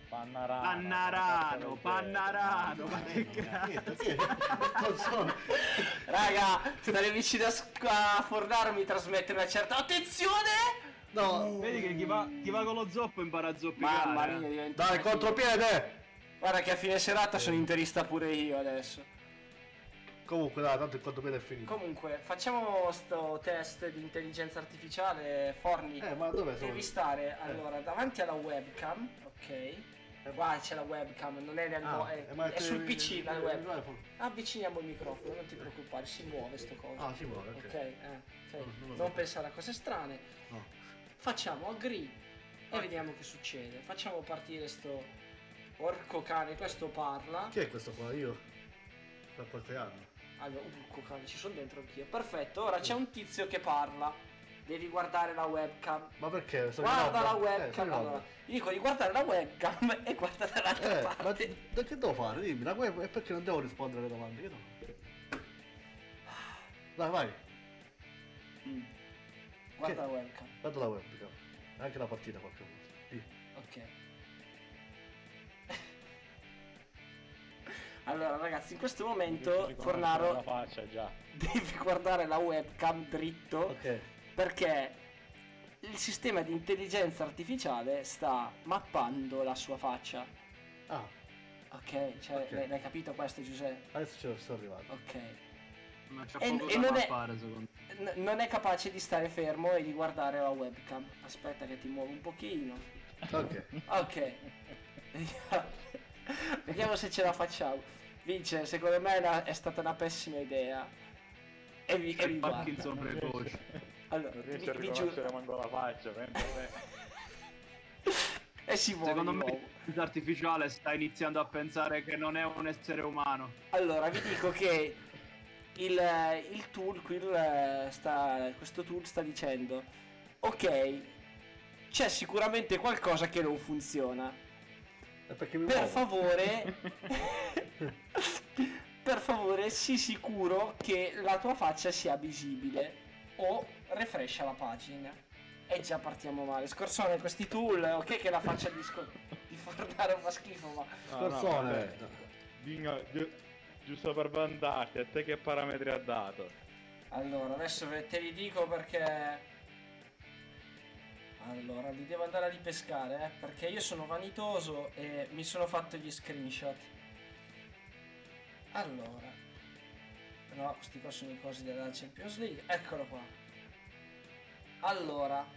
Speaker 5: Pannarano. Ma che cazzo?
Speaker 4: Non so.
Speaker 1: Raga, stare vicino a Fornaro mi trasmette una certa attenzione.
Speaker 4: No.
Speaker 5: Vedi che chi va con lo zoppo impara a zoppicare.
Speaker 1: Mamma mia, diventa...
Speaker 4: Dai, contropiede!
Speaker 1: Guarda che a fine serata sono interista pure io adesso.
Speaker 4: Comunque dai, tanto il contropiede è finito.
Speaker 1: Comunque, facciamo sto test di intelligenza artificiale, Forni.
Speaker 4: Ma dove sono?
Speaker 1: Devi stare, allora, davanti alla webcam, ok? Qua c'è la webcam, non è è sul PC la webcam. Avviciniamo il microfono, non ti preoccupare, si muove sto coso.
Speaker 4: Ah, si muove, ok.
Speaker 1: Non pensare a cose strane.
Speaker 4: No.
Speaker 1: Facciamo agree e vediamo che succede. Facciamo partire sto porco cane, questo parla.
Speaker 4: Chi è questo qua? Io? Da qualche anno.
Speaker 1: Allora, porco cane, ci sono dentro anch'io. Perfetto, ora c'è un tizio che parla. Devi guardare la webcam.
Speaker 4: Ma perché?
Speaker 1: Guarda la webcam. Allora, gli dico di guardare la webcam e guarda dall'altra parte.
Speaker 4: Ma che devo fare? Dimmi, la web è perché non devo rispondere alle domande. Che Dai, vai.
Speaker 1: Guarda la webcam.
Speaker 4: Guarda la webcam. Anche la partita qualche volta.
Speaker 1: Ok. Allora ragazzi, in questo momento Fornaro
Speaker 6: la faccia già.
Speaker 1: devi guardare la webcam dritto, perché il sistema di intelligenza artificiale sta mappando la sua faccia.
Speaker 4: Ah.
Speaker 1: Ok, cioè l'hai capito questo, Giuseppe?
Speaker 4: Adesso ci sono arrivato.
Speaker 1: Ok.
Speaker 5: Ma c'è poco da mappare, secondo me.
Speaker 1: Non è capace di stare fermo e di guardare la webcam. Aspetta che ti muovo un pochino. Ok. Vediamo se ce la facciamo. Vince, secondo me è stata una pessima idea. E vi guarda. Allora,
Speaker 6: non riesce a
Speaker 1: vi
Speaker 6: riconoscere
Speaker 1: giuro.
Speaker 6: manco la faccia, mentre a me.
Speaker 1: E si muove
Speaker 5: Secondo
Speaker 1: di
Speaker 5: me
Speaker 1: nuovo.
Speaker 5: l'intelligenza artificiale sta iniziando a pensare che non è un essere umano.
Speaker 1: Allora, vi dico che il tool qui, questo tool sta dicendo: ok, c'è sicuramente qualcosa che non funziona.
Speaker 4: Perché mi
Speaker 1: Per
Speaker 4: muovo.
Speaker 1: favore, per favore, sii sicuro che la tua faccia sia visibile o refrescia la pagina. E già partiamo male. Scorsone, questi tool, ok che la faccia di Fornaro fa schifo, ma...
Speaker 4: Scorsone.
Speaker 6: Vinga, giusto per vantarti, a te che parametri ha dato?
Speaker 1: Allora, adesso te li dico perché... Allora, li devo andare a ripescare, perché io sono vanitoso e mi sono fatto gli screenshot. Allora... No, questi qua sono i cosi della Champions League. Eccolo qua. Allora...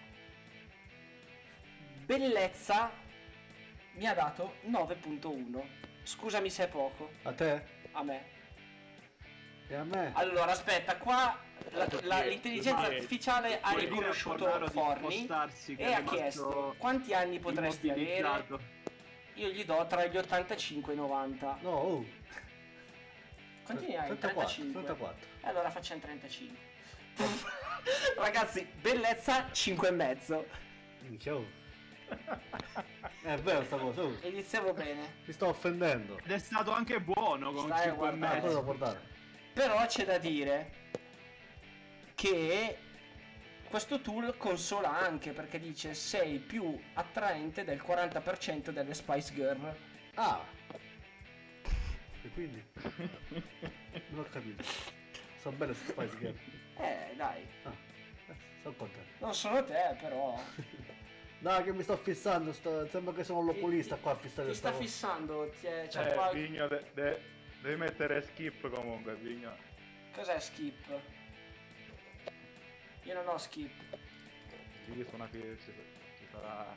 Speaker 1: Bellezza mi ha dato 9.1. Scusami se è poco.
Speaker 4: A te?
Speaker 1: A me.
Speaker 4: E a me?
Speaker 1: Allora, aspetta, qua l'intelligenza artificiale ha
Speaker 5: Puoi dire a
Speaker 1: riconosciuto
Speaker 5: Fornaro di
Speaker 1: Forni
Speaker 5: spostarsi, che
Speaker 1: e
Speaker 5: è
Speaker 1: ha
Speaker 5: rimasto
Speaker 1: chiesto quanti anni potresti avere.
Speaker 5: immobilizzato.
Speaker 1: Io gli do tra gli 85 e i 90.
Speaker 4: No, oh.
Speaker 1: Quanti ne hai?
Speaker 4: 34,
Speaker 1: 35.
Speaker 4: 34.
Speaker 1: Allora facciamo 35. Ragazzi, bellezza 5,5.
Speaker 4: Minchia, oh. È vero sta cosa, oh.
Speaker 1: Iniziamo bene.
Speaker 4: Mi sto offendendo.
Speaker 5: Ed è stato anche buono con
Speaker 1: Stai a
Speaker 5: 5 e
Speaker 1: guardare.
Speaker 4: Cosa
Speaker 5: mezzo.
Speaker 4: devo portare?
Speaker 1: Però c'è da dire che questo tool consola anche, perché dice sei più attraente del 40% delle Spice Girl.
Speaker 4: Ah. E quindi? Non ho capito. Sono belle queste Spice Girl.
Speaker 1: Dai.
Speaker 4: Sono contento.
Speaker 1: Non sono te, però.
Speaker 4: Dai che mi sto fissando, sembra che sono l'oculista qua a fissare
Speaker 1: Ti
Speaker 4: questa
Speaker 1: sta
Speaker 4: cosa.
Speaker 1: fissando? C'è qua...
Speaker 6: Vigno, devi mettere skip comunque, Vigno.
Speaker 1: Cos'è skip? Io non ho skip.
Speaker 6: Lì suona che ci sarà...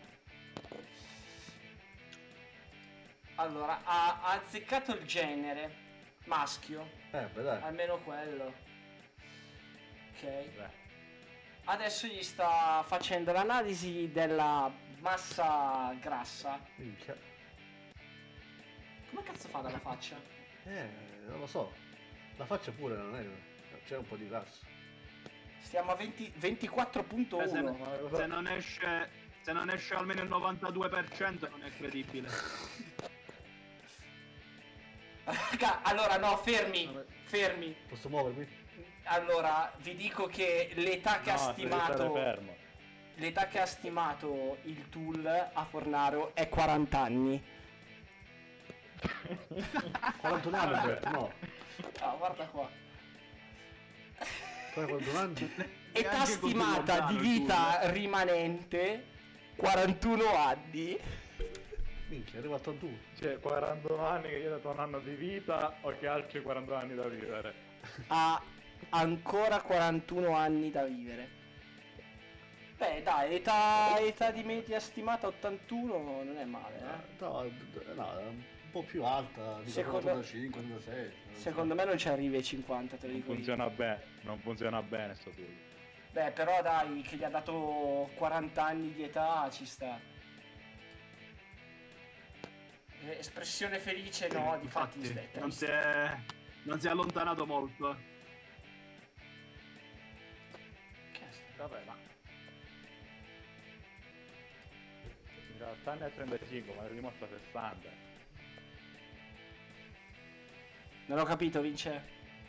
Speaker 1: Allora, ha azzeccato il genere maschio.
Speaker 4: Beh, dai.
Speaker 1: Almeno quello. Ok. Adesso gli sta facendo l'analisi della massa grassa.
Speaker 4: Minchia.
Speaker 1: Come cazzo fa dalla faccia?
Speaker 4: Non lo so. La faccia pure non è. C'è un po' di grasso.
Speaker 1: Stiamo a 24.1.
Speaker 5: Se non esce almeno il 92% non è credibile.
Speaker 1: Raga, allora no, fermi.
Speaker 4: Posso muovermi?
Speaker 1: Allora, vi dico che l'età che ha stimato...
Speaker 6: fermo.
Speaker 1: L'età che ha stimato il tool a Fornaro è 40 anni.
Speaker 4: 41 anni, Alberto, no.
Speaker 1: Ah, guarda qua.
Speaker 4: Poi 41 anni?
Speaker 1: Età
Speaker 5: Neanche così
Speaker 1: stimata
Speaker 5: lontano
Speaker 1: di
Speaker 5: il
Speaker 1: vita rimanente 41 anni.
Speaker 4: Minchia, è arrivato a 81.
Speaker 6: Cioè, 41 anni che gli hai dato un anno di vita o che altri 40 anni da vivere?
Speaker 1: Ha ancora 41 anni da vivere. Beh dai, età di media stimata 81 non è male,
Speaker 4: No, è un po' più alta, di
Speaker 1: Secondo-
Speaker 4: 85, 86.
Speaker 1: Secondo me non ci arrivi ai 50, te lo dico io.
Speaker 6: Non funziona bene sto tool.
Speaker 1: Beh, però dai, che gli ha dato 40 anni di età, ci sta. Espressione felice no, difatti
Speaker 5: Infatti, non si è allontanato molto.
Speaker 6: Vabbè, ma... In realtà ne ha 35, ma ne dimostra 60.
Speaker 1: Non ho capito, Vince.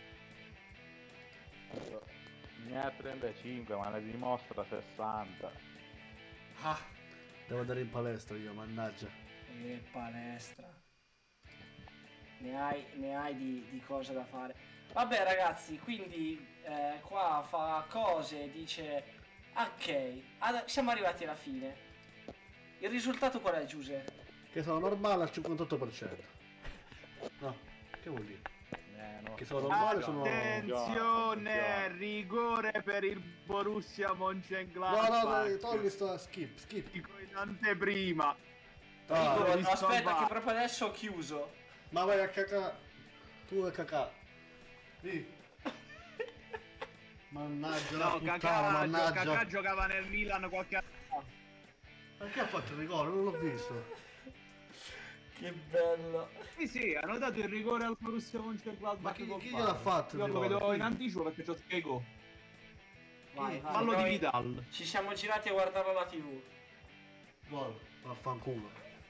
Speaker 6: Ne ha 35, ma ne dimostra 60.
Speaker 1: Ah,
Speaker 4: Devo andare in palestra io, mannaggia.
Speaker 1: palestra. Ne hai di cose da fare. Vabbè ragazzi, quindi qua fa cose, dice ok, siamo arrivati alla fine. Il risultato qual è, Giuseppe?
Speaker 4: Che sono normale al 58%. No, che vuol dire? Che sono normale sono...
Speaker 5: Attenzione, rigore per il Borussia Mönchengladbach.
Speaker 4: No, togli sto skip.
Speaker 5: In anteprima.
Speaker 1: Rigore, no, aspetta che proprio adesso ho chiuso.
Speaker 4: Ma vai a cacà. Tu vai a cacà. Lì. Mannaggia la
Speaker 5: No,
Speaker 4: puttana, mannaggia.
Speaker 5: Kakà giocava nel Milan qualche anno fa.
Speaker 4: Perché ha fatto il rigore? Non l'ho visto.
Speaker 1: Che bello.
Speaker 5: Sì, hanno dato il rigore al Borussia Mönchengladbach.
Speaker 4: Ma chi gliel'ha fatto il
Speaker 5: Io lo
Speaker 4: rigore?
Speaker 5: vedo in anticipo perché c'ho spiego.
Speaker 1: Vai, vai.
Speaker 5: Fallo di
Speaker 1: Noi
Speaker 5: Vidal.
Speaker 1: Ci siamo girati a guardarlo alla TV.
Speaker 4: Gol, vaffanculo.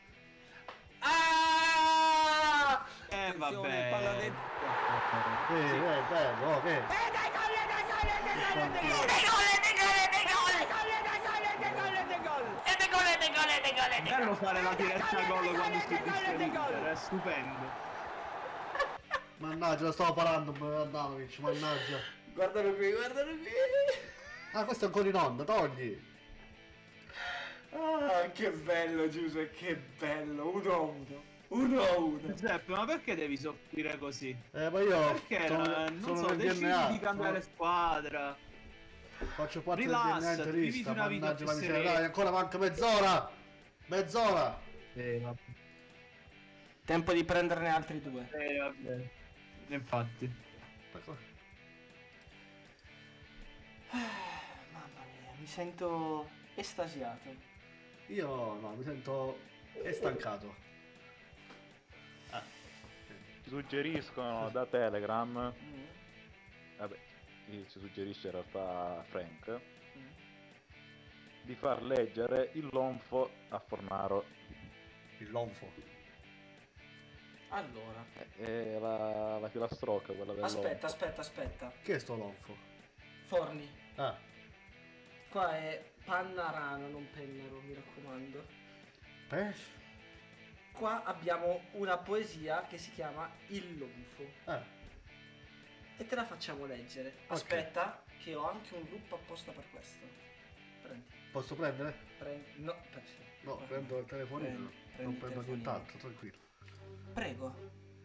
Speaker 1: Ah!
Speaker 5: Vabbè.
Speaker 7: Palla dentro.
Speaker 4: Bello, ok.
Speaker 5: Bello fare la diretta gol quando si dice è stupendo.
Speaker 4: Mannaggia, la stavo parando Andanovic, mannaggia.
Speaker 1: Guardalo qui, guardalo qui.
Speaker 4: Ah, questo è ancora in onda, togli.
Speaker 1: Ah, che bello Giuseppe, che bello. 1-1.
Speaker 5: Giuseppe, ma perché devi soffrire così?
Speaker 4: Ma io
Speaker 5: Perché non
Speaker 4: sono
Speaker 5: so,
Speaker 4: nel
Speaker 5: decidi
Speaker 4: DNA,
Speaker 5: di cambiare squadra.
Speaker 4: Faccio parte
Speaker 5: Rilassati,
Speaker 4: del DNA
Speaker 5: viviti
Speaker 4: interista,
Speaker 5: una vita
Speaker 4: mannaggia
Speaker 5: più
Speaker 4: la miseria.
Speaker 5: serena.
Speaker 4: Dai, ancora manca mezz'ora. Mezz'ora.
Speaker 5: Vabbè.
Speaker 1: Tempo di prenderne altri 2.
Speaker 5: Vabbè. Infatti.
Speaker 1: Mamma mia, mi sento estasiato.
Speaker 4: Io no, mi sento stancato.
Speaker 6: Ci suggeriscono da Telegram, vabbè, ci suggerisce in realtà Frank, di far leggere il Lonfo a Fornaro.
Speaker 4: Il Lonfo?
Speaker 1: Allora.
Speaker 6: È la filastrocca, quella del
Speaker 1: Aspetta.
Speaker 4: Che è sto Lonfo?
Speaker 1: Forni.
Speaker 4: Ah.
Speaker 1: Qua è panna rana, non pennaro, mi raccomando. Qua abbiamo una poesia che si chiama Il Lonfo. E te la facciamo leggere. Aspetta, che ho anche un loop apposta per questo. Prendi.
Speaker 4: Posso prendere?
Speaker 1: No,
Speaker 4: No, prendo il telefonino. Non prendo nient'altro, tranquillo.
Speaker 1: Prego.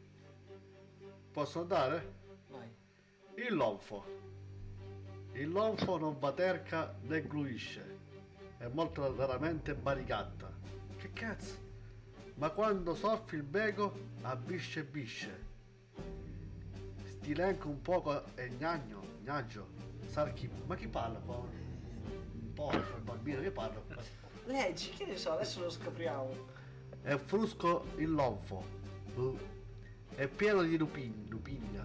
Speaker 4: Posso andare?
Speaker 1: Vai.
Speaker 4: Il Lonfo. Il Lonfo non va terca né gluisce. È molto raramente barigatta. Che cazzo? Ma quando soffi il bego, abbisce bisce. Stilenco un poco e gnagno. Sarchi. Ma chi parla qua? Un po' il bambino che parla qua?
Speaker 1: Leggi, che ne so, adesso lo scopriamo.
Speaker 4: È frusco il Lonfo. È pieno di lupigna.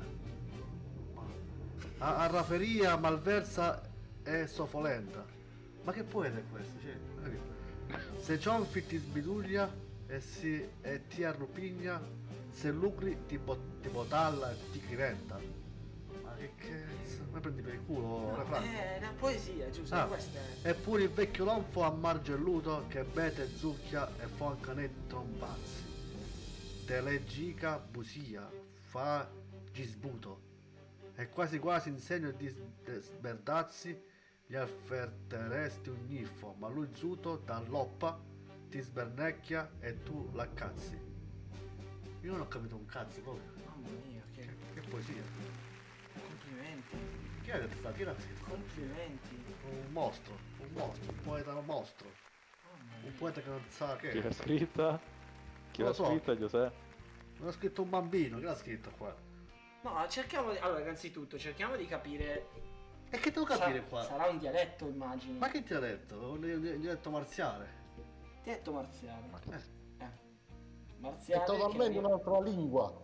Speaker 4: A rafferia malversa e sofolenta. Ma che poeta è questo? Se cionfi ti sbiduglia e ti arrupigna, se lucri ti botalla e ti criventa. Ma che cazzo? Mi prendi per il culo?
Speaker 1: No, è una poesia, giusto? Questa è...
Speaker 4: Eppure il vecchio Lonfo a margelluto che bete zucchia e fonca nei trombazzi. Te leggica busia, fa gisbuto. E quasi quasi in segno di sberdazzi gli afferteresti un gniffo, ma lui zuto dall'oppa ti sbernecchia e tu l'accazzi. Io non ho capito un cazzo proprio.
Speaker 1: Mamma mia,
Speaker 4: che poesia.
Speaker 1: Complimenti.
Speaker 4: Chi ha detto sta? Chi l'ha scritto?
Speaker 1: Complimenti.
Speaker 4: Un mostro, un poeta mostro. Un poeta che non sa che.
Speaker 6: Chi l'ha scritta? Chi
Speaker 4: Non
Speaker 6: l'ha
Speaker 4: lo so.
Speaker 6: scritta, Giuseppe?
Speaker 4: Non ha scritto un bambino, chi l'ha scritto qua?
Speaker 1: No, cerchiamo di... Allora, innanzitutto, cerchiamo di capire...
Speaker 4: E che devo capire qua?
Speaker 1: Sarà un dialetto, immagino.
Speaker 4: Ma che ti ha detto? Un dialetto marziale.
Speaker 1: Dialetto marziale.
Speaker 14: È
Speaker 1: Marziale
Speaker 14: totalmente
Speaker 1: che...
Speaker 14: un'altra lingua.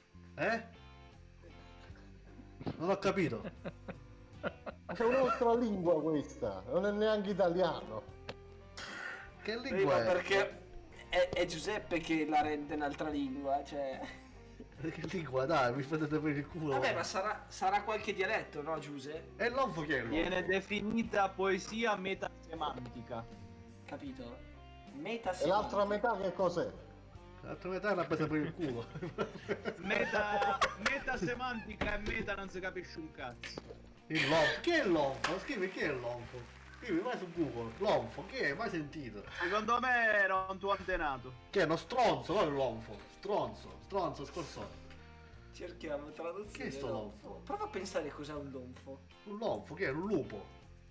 Speaker 4: Non ho capito.
Speaker 14: C'è un'altra lingua questa, non è neanche italiano.
Speaker 4: Che
Speaker 1: Sì,
Speaker 4: lingua
Speaker 1: ma
Speaker 4: è?
Speaker 1: perché è Giuseppe che la rende un'altra lingua, cioè...
Speaker 4: Che lingua, dai, mi prendete per il culo.
Speaker 1: Vabbè, ma sarà qualche dialetto, no, Giuseppe?
Speaker 4: E l'onfo che è l'onfo?
Speaker 5: Viene definita poesia metasemantica.
Speaker 1: Capito?
Speaker 14: E l'altra metà che cos'è?
Speaker 4: L'altra metà è una presa per il culo.
Speaker 5: Metasemantica e meta non si capisce un cazzo.
Speaker 4: Il l'onfo. Chi è l'onfo? Scrivi chi è l'onfo. Scrivi, vai su Google. L'onfo, chi è? Mai sentito?
Speaker 5: Secondo me era un tuo antenato.
Speaker 4: Che è uno stronzo, non l'onfo. Stronzo, scorsone.
Speaker 1: Cerchiamo traduzione.
Speaker 4: Che è sto lonfo?
Speaker 1: Prova a pensare cos'è un lonfo.
Speaker 4: Un lonfo, che è? Un lupo.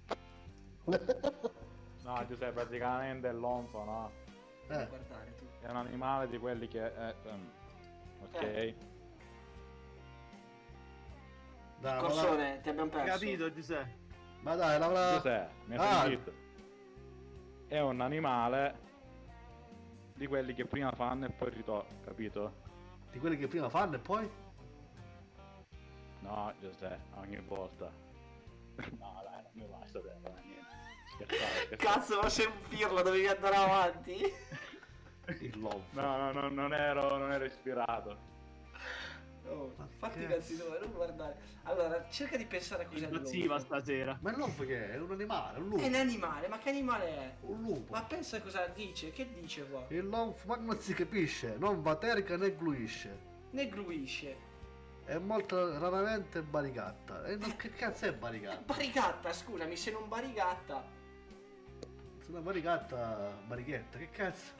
Speaker 6: No, Giuseppe, praticamente è l'onfo, no?
Speaker 1: Guardare tu.
Speaker 6: È un animale di quelli che è... ok.
Speaker 4: Dai,
Speaker 1: Corsone, ti abbiamo perso.
Speaker 5: Capito, Giuseppe?
Speaker 4: Ma dai, lavora...
Speaker 6: Giuseppe, mi hai sentito? È un animale di quelli che prima fanno e poi ritornano, capito?
Speaker 4: Di quelli che prima fanno e poi?
Speaker 6: No, Giuseppe, ogni volta. No, dai, non mi basta, dai, niente. Scherzare.
Speaker 1: Cazzo, ma sei un pirla, dovevi andare avanti.
Speaker 4: Il love.
Speaker 6: No, non ero ispirato.
Speaker 1: Oh, fatti i cazzi tuoi, non guardare. Allora, cerca di pensare a cos'è il
Speaker 5: Impazziva
Speaker 1: lupo.
Speaker 5: stasera.
Speaker 4: Ma il love che è? È un animale, un lupo.
Speaker 1: È un animale, ma che animale è?
Speaker 4: Un lupo.
Speaker 1: Ma pensa cosa dice, che dice qua?
Speaker 4: Il love, ma non si capisce, non va terca né gluisce.
Speaker 1: Ne gluisce.
Speaker 4: È molto raramente barigatta. E che cazzo è barigatta?
Speaker 1: Barigatta, scusami, se non barigatta.
Speaker 4: Se una barigatta, barichetta, che cazzo?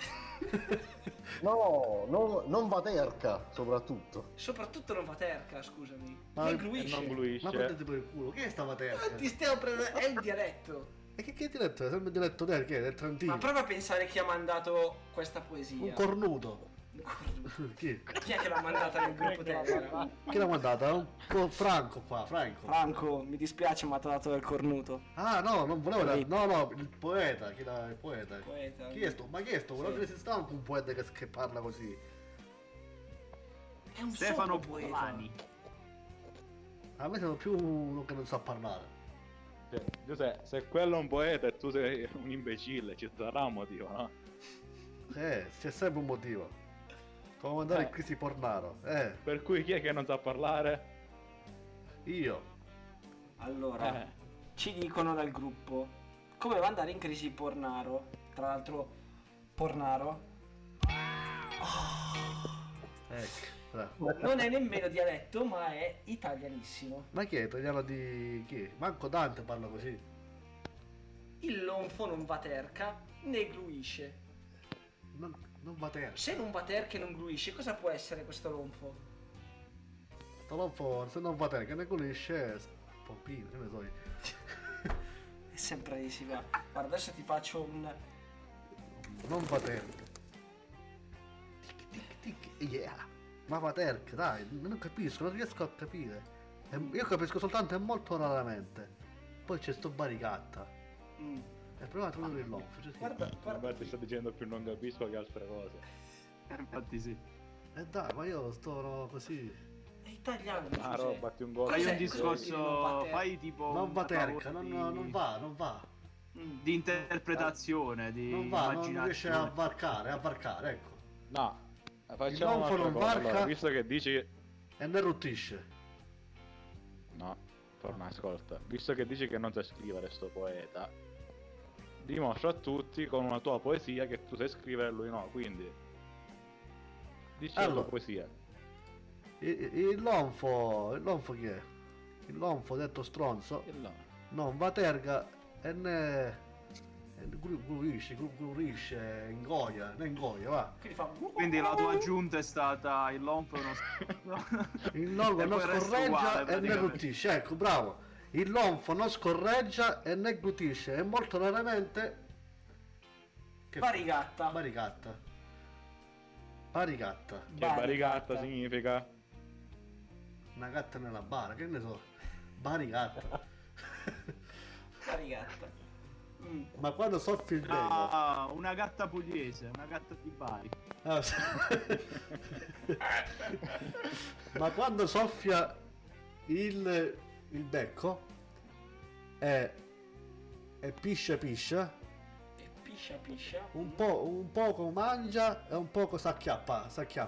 Speaker 14: No, non va terca, soprattutto.
Speaker 1: Soprattutto non va terca, scusami.
Speaker 4: Ma
Speaker 1: Ne gluisce.
Speaker 6: non gluisce.
Speaker 4: Ma prendete per il culo, che è stava terca?
Speaker 1: Ma ti stiamo prendendo, è il dialetto.
Speaker 4: E che dialetto è? Sempre il dialetto del che? Del Trentino?
Speaker 1: Ma prova a pensare chi ha mandato questa poesia.
Speaker 4: Un cornuto. Chi?
Speaker 1: Chi è che l'ha mandata nel gruppo Telegram?
Speaker 4: Chi l'ha mandata? Franco qua, Franco.
Speaker 1: Franco, mi dispiace ma ti ha dato del cornuto.
Speaker 4: Ah no, non volevo dare. No, il poeta, il poeta.
Speaker 1: Poeta.
Speaker 4: Chi è sto? Ma chi è sto? Non esiste anche un poeta che parla così.
Speaker 1: È un
Speaker 5: Stefano
Speaker 1: poeta.
Speaker 5: Bolani.
Speaker 4: A me sembra più uno che non sa parlare.
Speaker 6: Giuseppe, se quello è un poeta e tu sei un imbecille, ci sarà un motivo, no?
Speaker 4: C'è sempre un motivo. Come andare in crisi pornaro.
Speaker 6: Per cui chi è che non sa parlare?
Speaker 4: Io.
Speaker 1: Allora, ci dicono dal gruppo come va andare in crisi pornaro. Tra l'altro, pornaro
Speaker 4: Ecco.
Speaker 1: non è nemmeno dialetto, ma è italianissimo.
Speaker 4: Ma chi è italiano di chi? Manco Dante parla così.
Speaker 1: Il lonfo non va terca né gluisce.
Speaker 4: Non va terca.
Speaker 1: Se non va terca e non gluisce, cosa può essere questo lonfo?
Speaker 4: Sto lonfo, se non va terca ne conosce pompino, che ne so io.
Speaker 1: È sempre lì si va. Guarda, adesso ti faccio un...
Speaker 4: Non va terca. Yeah. Ma va terca, dai, non capisco, non riesco a capire. Io capisco soltanto e molto raramente. Poi c'è sto barigatta. E prova a trovare il lonfo.
Speaker 1: Guarda.
Speaker 6: Ti sto dicendo più non capisco che altre cose.
Speaker 5: Infatti sì.
Speaker 4: Dai, ma io sto così.
Speaker 1: È italiano.
Speaker 6: Ah, robatti un gol.
Speaker 5: Fai un discorso, fai tipo...
Speaker 4: Non va terca,
Speaker 5: di...
Speaker 4: non va.
Speaker 5: Di interpretazione, di
Speaker 4: Non va, non
Speaker 5: immaginazione.
Speaker 4: riesce a varcare, ecco.
Speaker 6: No,
Speaker 4: Il
Speaker 6: facciamo
Speaker 4: lonfo
Speaker 6: un'altra
Speaker 4: non
Speaker 6: cosa.
Speaker 4: varca.
Speaker 6: Allora, visto che dici...
Speaker 4: E ne ruttisce.
Speaker 6: No, torna, ascolta. Visto che dici che non sai scrivere sto poeta, dimostra a tutti con una tua poesia che tu sai scrivere e lui no, quindi dici la tua poesia.
Speaker 4: Il lonfo chi è? Il lonfo detto stronzo non va terga e ne gruisce, ingoia, va.
Speaker 5: Quindi la tua aggiunta è stata il lonfo non
Speaker 4: Il lonfo non scorreggia e ne glutisce, ecco, bravo. Il lonfo non scorreggia e ne glutisce e molto raramente...
Speaker 1: Barigatta.
Speaker 6: Che barigatta significa?
Speaker 4: Una gatta nella bara, che ne so. Barigatta. Ma quando soffia il vento...
Speaker 5: una gatta pugliese, una gatta di Bari.
Speaker 4: Ma quando soffia il becco e piscia un poco mangia e un poco s'acchiappetta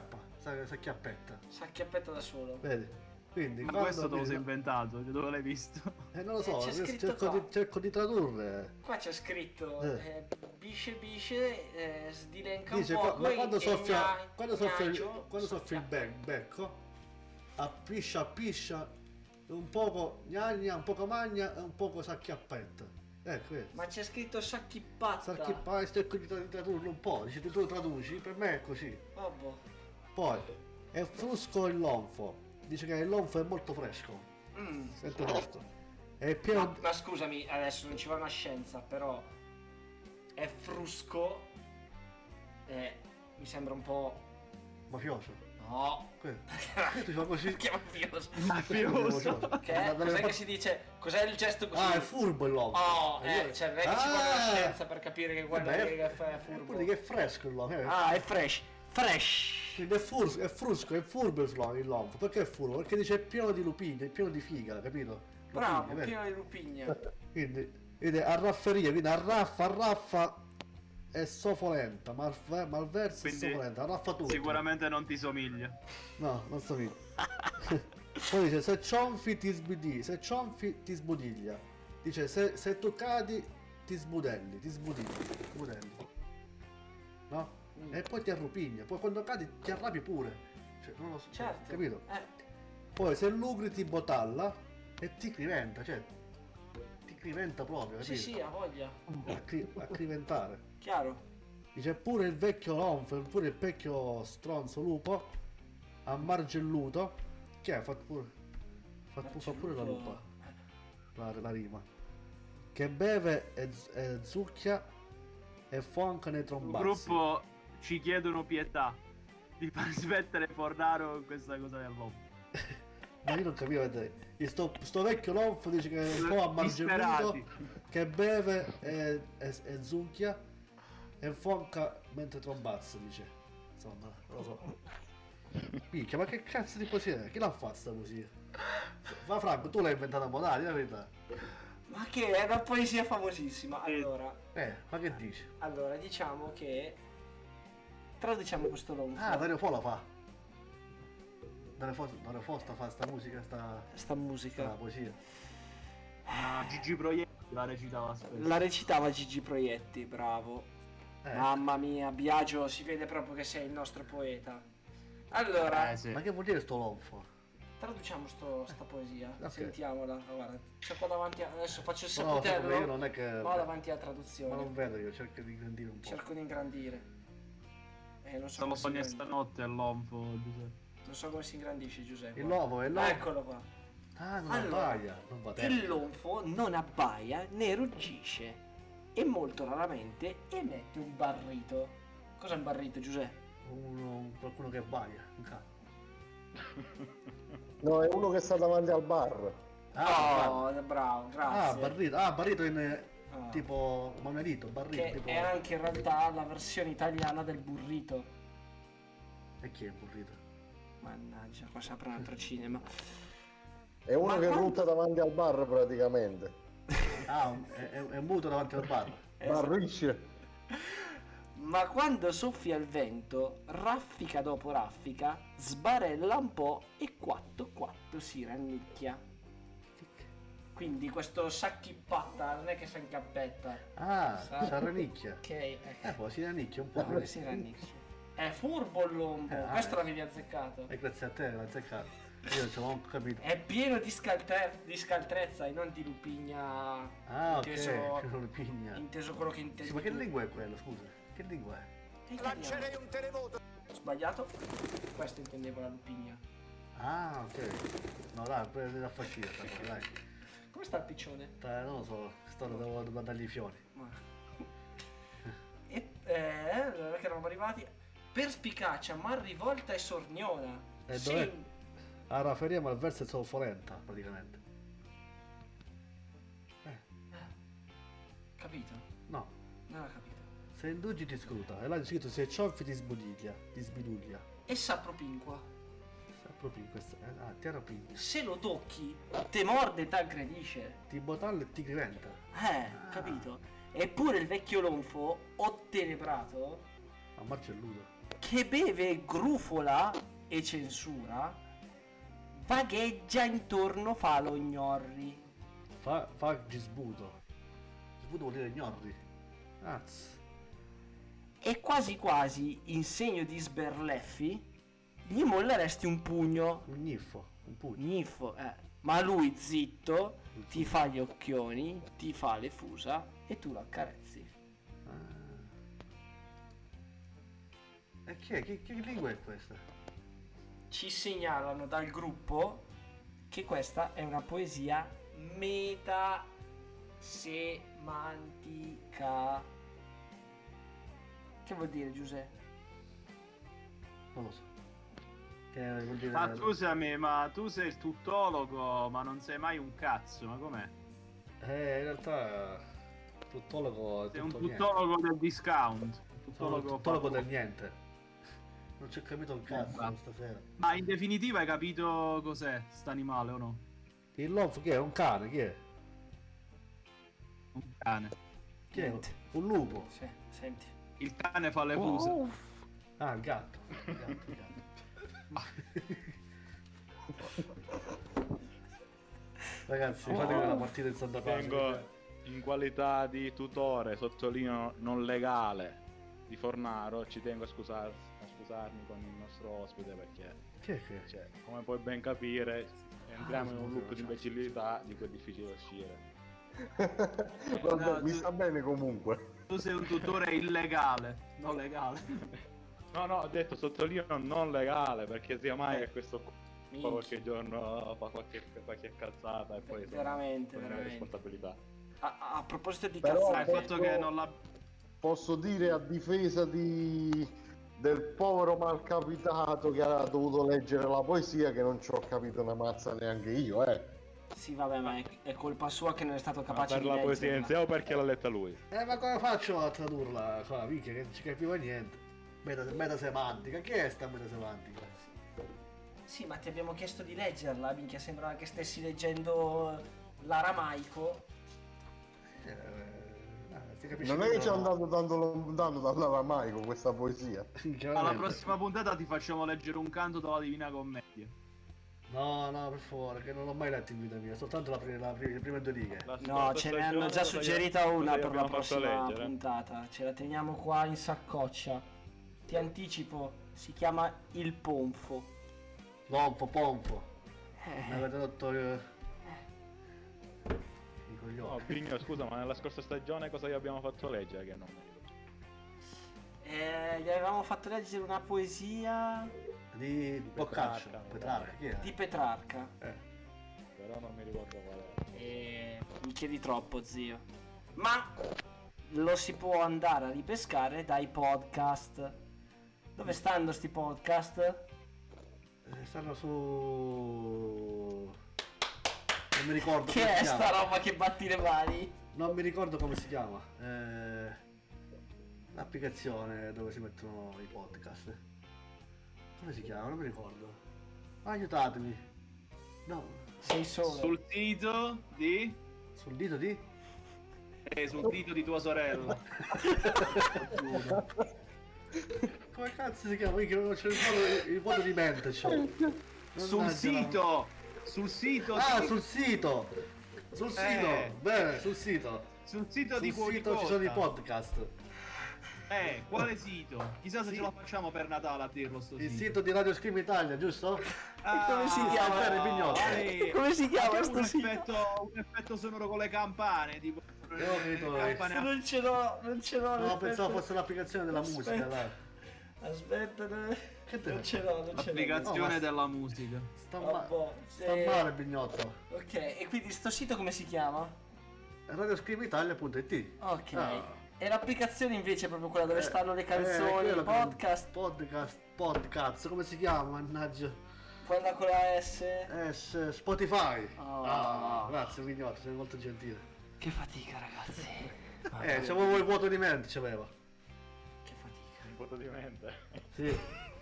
Speaker 1: da solo.
Speaker 4: vedi? Quindi
Speaker 5: Ma
Speaker 4: quando
Speaker 5: questo te lo sei inventato? Dove l'hai visto?
Speaker 4: non lo so,
Speaker 1: c'è scritto
Speaker 4: cerco di tradurre.
Speaker 1: Qua c'è scritto bisce sdilenca
Speaker 4: Dice,
Speaker 1: un po'.
Speaker 4: ma quando soffia il becco appiscia un poco gnagna, un poco magna e un poco s'acchiappetta. Ecco,
Speaker 1: ma c'è scritto sacchippatta.
Speaker 4: Cerco di tradurlo un po', dice tu traduci, per me è così.
Speaker 1: Vabbè.
Speaker 4: Poi è frusco il lonfo, dice che il lonfo è molto fresco. Sente questo. È pieno
Speaker 1: ma scusami, adesso non ci va una scienza, però è frusco, mi sembra un po'
Speaker 4: mafioso.
Speaker 1: no, No.
Speaker 4: Che ti fa così?
Speaker 1: Che mafioso.
Speaker 5: Mafioso.
Speaker 1: Cos'è che si dice? Cos'è il gesto così?
Speaker 4: Ah, è furbo il l'uomo.
Speaker 1: Oh, cioè non è che ci vuole la scienza per capire che quello che fa è furbo.
Speaker 4: Vuol dire che è fresco l'uomo.
Speaker 1: Ah, è fresh. Fresh.
Speaker 4: Quindi è frusco, è furbo il l'uomo. Perché è furbo? Perché dice è pieno di lupigna, è pieno di figa, capito?
Speaker 1: Bravo,
Speaker 4: Lupigna,
Speaker 1: pieno di lupigna.
Speaker 4: Quindi, vede, arrafferia, quindi arraffa è sofolenta, malversa e
Speaker 5: Quindi
Speaker 4: sofolenta, arraffa tutto.
Speaker 5: Sicuramente non ti somiglia.
Speaker 4: No, non somiglia. Poi dice, se cionfi ti sbudiglia. Dice, se tu cadi ti sbudelli. No? E poi ti arrupigna, poi quando cadi ti arrabbi pure. Cioè, non lo so,
Speaker 1: Certo.
Speaker 4: capito? Poi se lucri ti botalla e ti criventa, cioè ti criventa proprio, capito?
Speaker 1: Sì, ha voglia.
Speaker 4: A criventare.
Speaker 1: Chiaro.
Speaker 4: Dice pure il vecchio lonfo, pure il vecchio stronzo lupo ammargelluto, che fa pure la lupa, la rima, che beve e zucchia e fonca nei
Speaker 5: Il
Speaker 4: trombassi.
Speaker 5: gruppo ci chiedono pietà di far smettere Fornaro con questa cosa dell'uomo.
Speaker 4: Ma io non capivo, sto vecchio lonfo dice che è un po' ammargelluto, che beve e zucchia e fonca mentre trombazza, dice. Insomma, non lo so. Picchia, ma che cazzo di poesia è? Chi l'ha fatta sta poesia? Ma Franco, tu l'hai inventata modale, la verità.
Speaker 1: Ma che è una poesia famosissima. Allora,
Speaker 4: ma che dici?
Speaker 1: allora diciamo che traduciamo questo lonfo.
Speaker 4: Ah, Dario Fo la fa. Dario Fo fa sta musica,
Speaker 1: sta musica.
Speaker 4: Poesia.
Speaker 5: Gigi Proietti la recitava spesso.
Speaker 1: La recitava Gigi Proietti, bravo. Mamma mia, Biagio, si vede proprio che sei il nostro poeta. Allora,
Speaker 4: Ma che vuol dire sto lonfo?
Speaker 1: traduciamo sta poesia.
Speaker 4: Ok.
Speaker 1: Sentiamola. Guarda, c'è qua davanti. Adesso faccio il
Speaker 4: No,
Speaker 1: saputello.
Speaker 4: io non è che.
Speaker 1: No, davanti alla traduzione.
Speaker 4: Ma non vedo, io cerco di ingrandire un po'.
Speaker 1: Cerco di ingrandire. Non so
Speaker 5: Stavo
Speaker 1: come si
Speaker 5: sogna
Speaker 1: ingrandisce.
Speaker 5: stanotte all'onfo, Giuseppe.
Speaker 1: Non so come si ingrandisce, Giuseppe.
Speaker 4: Il lobo, è il lobo.
Speaker 1: Eccolo qua.
Speaker 4: Ah, non
Speaker 1: Allora,
Speaker 4: abbaia, non va
Speaker 1: Il lonfo non abbaia né ruggisce e molto raramente emette un barrito. Cos'è un barrito, Giuseppe?
Speaker 4: Qualcuno che abbaia, un cane.
Speaker 14: No, è uno che sta davanti al bar.
Speaker 1: Bravo, grazie.
Speaker 4: Barrito in tipo monelito, barrito.
Speaker 1: Che
Speaker 4: tipo...
Speaker 1: è anche in realtà la versione italiana del burrito.
Speaker 4: E chi è il burrito?
Speaker 1: Mannaggia, qua si apre un altro cinema.
Speaker 14: È uno che rutta davanti al bar praticamente.
Speaker 4: Ah, è muto davanti al bar.
Speaker 14: Barrisce.
Speaker 1: Ma quando soffia il vento, raffica dopo raffica, sbarella un po' e quatto si rannicchia. Quindi questo s'acchippatta, non è che si incappetta.
Speaker 4: Ah, si rannicchia.
Speaker 1: Ok,
Speaker 4: poi si rannicchia un po'.
Speaker 1: Come si rannicchia? È furbo il lombo, questo l'avevi azzeccato.
Speaker 4: E grazie a te l'hai azzeccato. Io non ce l'ho capito.
Speaker 1: È pieno di scaltrezza e non di lupigna.
Speaker 4: Ah,
Speaker 1: inteso,
Speaker 4: ok, lupigna.
Speaker 1: Inteso quello che intendi.
Speaker 4: Sì, ma che
Speaker 1: tu.
Speaker 4: lingua è quello, scusa? Che lingua è?
Speaker 1: Lancerei un televoto. Sbagliato? Questo intendevo la lupigna.
Speaker 4: Ah, ok. No, dai, prendi la fascina, dai.
Speaker 1: Come sta il piccione?
Speaker 4: Non lo so, devo dargli i fiori.
Speaker 1: Allora che eravamo arrivati. Perspicacia, mal rivolta e sorniona.
Speaker 4: E dov'è? Arrafferia al verso solforenta, praticamente.
Speaker 1: Capito?
Speaker 4: No.
Speaker 1: Non ho capito.
Speaker 4: Se indugi ti scruta, e là c'è scritto se cionfi ti sbudiglia, ti sbiduglia.
Speaker 1: E sapropinqua.
Speaker 4: Proprio questo. Ti arrapiglia.
Speaker 1: Se lo tocchi, te morde, t'aggredisce.
Speaker 4: Ti botalla e ti criventa.
Speaker 1: Capito? Eppure il vecchio lonfo, ottenebrato,
Speaker 4: A marcelluto.
Speaker 1: che beve grufola e censura, vagheggia intorno fa lo gnorri.
Speaker 4: Fa gisbuto. Gisbuto vuol dire gnorri.
Speaker 1: E quasi quasi, in segno di sberleffi, gli molleresti un pugno.
Speaker 4: Un gniffo, un pugno.
Speaker 1: Gniffo, Ma lui zitto, ti fa gli occhioni, ti fa le fusa e tu lo accarezzi.
Speaker 4: E che lingua è questa?
Speaker 1: Ci segnalano dal gruppo che questa è una poesia metasemantica. Che vuol dire, Giuseppe?
Speaker 4: Non lo so. Che vuol dire...
Speaker 5: Ma scusami, ma tu sei il tuttologo, ma non sei mai un cazzo, ma com'è?
Speaker 4: In realtà tuttologo...
Speaker 5: Sei un tuttologo del discount.
Speaker 4: Sono un tuttologo del niente. Non ci ho capito un cazzo stasera.
Speaker 5: Ma in definitiva hai capito cos'è st'animale o no?
Speaker 4: Il Lonf chi è? Un cane, chi è?
Speaker 5: Un cane.
Speaker 4: Chi è? Un lupo?
Speaker 1: Sì, senti.
Speaker 5: Il cane fa le fuse.
Speaker 4: Ah, il gatto. Il gatto. Ragazzi, fate la partita in Santa Pace.
Speaker 6: Vengo in qualità di tutore, sottolineo non legale, di Fornaro. Ci tengo a scusarmi con il nostro ospite perché, cioè, come puoi ben capire, entriamo in un loop di imbecillità di cui è difficile uscire.
Speaker 14: Vabbè, mi sta bene comunque.
Speaker 5: Tu sei un tutore illegale, non legale.
Speaker 6: No, ho detto sottolineo non legale, perché sia mai che questo qua qualche giorno fa qualche cazzata e poi
Speaker 1: veramente.
Speaker 6: responsabilità.
Speaker 1: A proposito di
Speaker 14: Però
Speaker 1: cazzate,
Speaker 14: il fatto che non posso dire a difesa del povero malcapitato che ha dovuto leggere la poesia che non ci ho capito una mazza neanche io,
Speaker 1: Sì, vabbè, ma è colpa sua che non è stato capace
Speaker 6: per
Speaker 1: di
Speaker 6: la poesia in
Speaker 1: leggerla.
Speaker 6: sé o perché l'ha letta lui?
Speaker 4: Ma come faccio a tradurla qua? Minchia, che non ci capiva niente. Metasemantica, chi è sta metasemantica?
Speaker 1: Sì, ma ti abbiamo chiesto di leggerla, minchia, sembra che stessi leggendo l'aramaico.
Speaker 14: Non è che ci è andato tanto lontano dall'aramaico questa poesia.
Speaker 5: Alla prossima puntata ti facciamo leggere un canto dalla Divina Commedia.
Speaker 4: No, per favore, che non l'ho mai letto in vita mia, soltanto le prime due righe.
Speaker 1: No, ce ne hanno già suggerita una per la prossima
Speaker 6: leggere?
Speaker 1: puntata. Ce la teniamo qua in saccoccia. Ti anticipo, si chiama Il Ponfo.
Speaker 4: Ponfo. Mi avete rotto i coglioni.
Speaker 6: No, Pigno, scusa, ma nella scorsa stagione cosa gli abbiamo fatto leggere che non mi ricordo?
Speaker 1: Gli avevamo fatto leggere una poesia
Speaker 4: di Boccaccio, Petrarca, chi è?
Speaker 1: di Petrarca.
Speaker 6: Però non mi ricordo qual è.
Speaker 1: Mi chiedi troppo, zio. Ma lo si può andare a ripescare dai podcast. Dove stanno sti podcast?
Speaker 4: Stanno su... Non mi ricordo
Speaker 1: Che
Speaker 4: come
Speaker 1: è
Speaker 4: si chiama.
Speaker 1: sta roba che batti le mani?
Speaker 4: Non mi ricordo come si chiama. L'applicazione dove si mettono i podcast. Come si chiama? Non mi ricordo. Aiutatemi. No.
Speaker 1: Sei solo.
Speaker 5: Sul sito di...
Speaker 4: Sul dito di?
Speaker 5: Sul dito di tua sorella.
Speaker 4: Come cazzo si chiama? Io non c'è il vuoto di mente.
Speaker 5: Sul sito! Sul sito!
Speaker 4: Sul sito! Sul sito! Bene, sul sito!
Speaker 5: Sul sito di
Speaker 4: Sul sito ci sono i podcast.
Speaker 5: Quale sito? Chissà se ce la facciamo per Natale a dirlo sto
Speaker 4: Il
Speaker 5: sito.
Speaker 4: sito di Radio Scream Italia, giusto?
Speaker 1: Come si chiama? Come si chiama sto
Speaker 5: un
Speaker 1: sito?
Speaker 5: un effetto sonoro con le campane, tipo
Speaker 1: campane non ce l'ho.
Speaker 4: No, pensavo fosse l'applicazione della musica, dai.
Speaker 1: Aspetta, non ce l'ho.
Speaker 5: L'applicazione della musica.
Speaker 4: Sta male, Bignotto.
Speaker 1: Ok, e quindi sto sito come si chiama?
Speaker 4: radioscreamitalia.it.
Speaker 1: Ok. E l'applicazione invece è proprio quella dove stanno le canzoni, i podcast.
Speaker 4: Podcast, come si chiama? Mannaggia.
Speaker 1: Quella con la S.
Speaker 4: Spotify. Grazie Bignotto, sei molto gentile.
Speaker 1: Che fatica, ragazzi.
Speaker 4: C'avevo il vuoto di mente, c'avevo.
Speaker 1: Che fatica.
Speaker 6: Il vuoto di mente.
Speaker 4: Sì.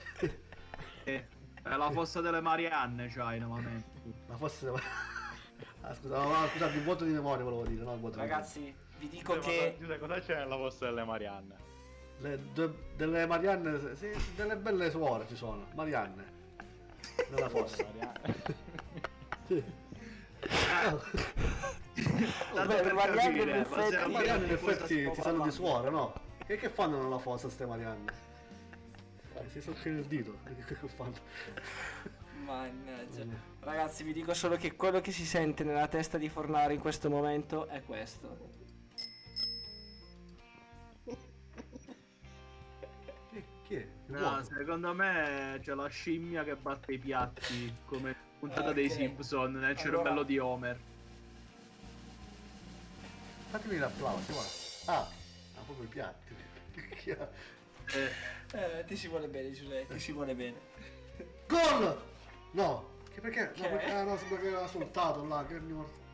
Speaker 5: La fossa delle Marianne c'hai nuovamente.
Speaker 4: La fossa delle scusate, il vuoto di memoria volevo dire, no il vuoto
Speaker 1: Ragazzi, vi dico che...
Speaker 6: Cosa c'è nella fossa delle Marianne?
Speaker 4: Delle Marianne, sì, delle belle suore ci sono, Marianne. Nella fossa. Sì.
Speaker 1: Vabbè, le Marianne
Speaker 4: in effetti ti sanno di suore, no? Che fanno nella fossa ste Marianne? Si soccano il dito, che fanno?
Speaker 1: Mannaggia. Ragazzi, vi dico solo che quello che si sente nella testa di Fornaro in questo momento è questo.
Speaker 4: Chi è?
Speaker 5: No, secondo me c'è la scimmia che batte i piatti come puntata dei Simpson nel cervello di Homer.
Speaker 4: Fatemi l'applauso, guarda. Proprio i piatti.
Speaker 1: Ti si vuole bene, Giuseppe, ti si vuole bene.
Speaker 4: Gol! No, perché? No, perché no, sembra che era soltato là, che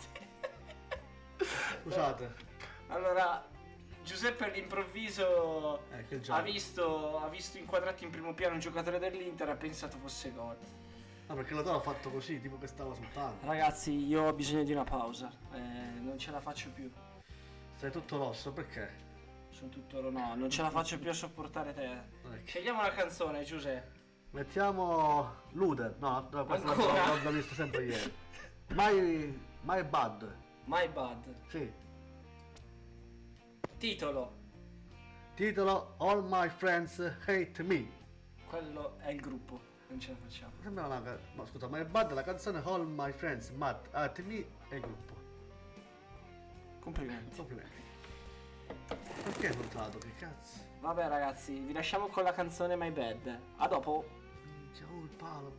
Speaker 4: Scusate.
Speaker 1: Allora, Giuseppe all'improvviso
Speaker 4: che
Speaker 1: ha visto inquadrato in primo piano un giocatore dell'Inter e ha pensato fosse gol.
Speaker 4: No, perché l'autore ha fatto così, tipo che stava soltanto.
Speaker 1: Ragazzi, io ho bisogno di una pausa, non ce la faccio più.
Speaker 4: Sei tutto rosso, perché?
Speaker 1: Sono tutto no, non ce la faccio più a sopportare te. Scegliamo una canzone, Giuseppe.
Speaker 4: Mettiamo Luder. No, questa l'ho vista sempre ieri. My Bad.
Speaker 1: My Bad.
Speaker 4: Sì.
Speaker 1: Titolo
Speaker 4: All My Friends Hate Me.
Speaker 1: Quello è il gruppo, non ce la facciamo.
Speaker 4: Sembra no, scusa, My Bad, la canzone All My Friends Hate Me è il gruppo.
Speaker 1: Complimenti.
Speaker 4: Perché non traduco? Che cazzo?
Speaker 1: Vabbè ragazzi, vi lasciamo con la canzone My Bad. A dopo.
Speaker 4: Ciao il palo.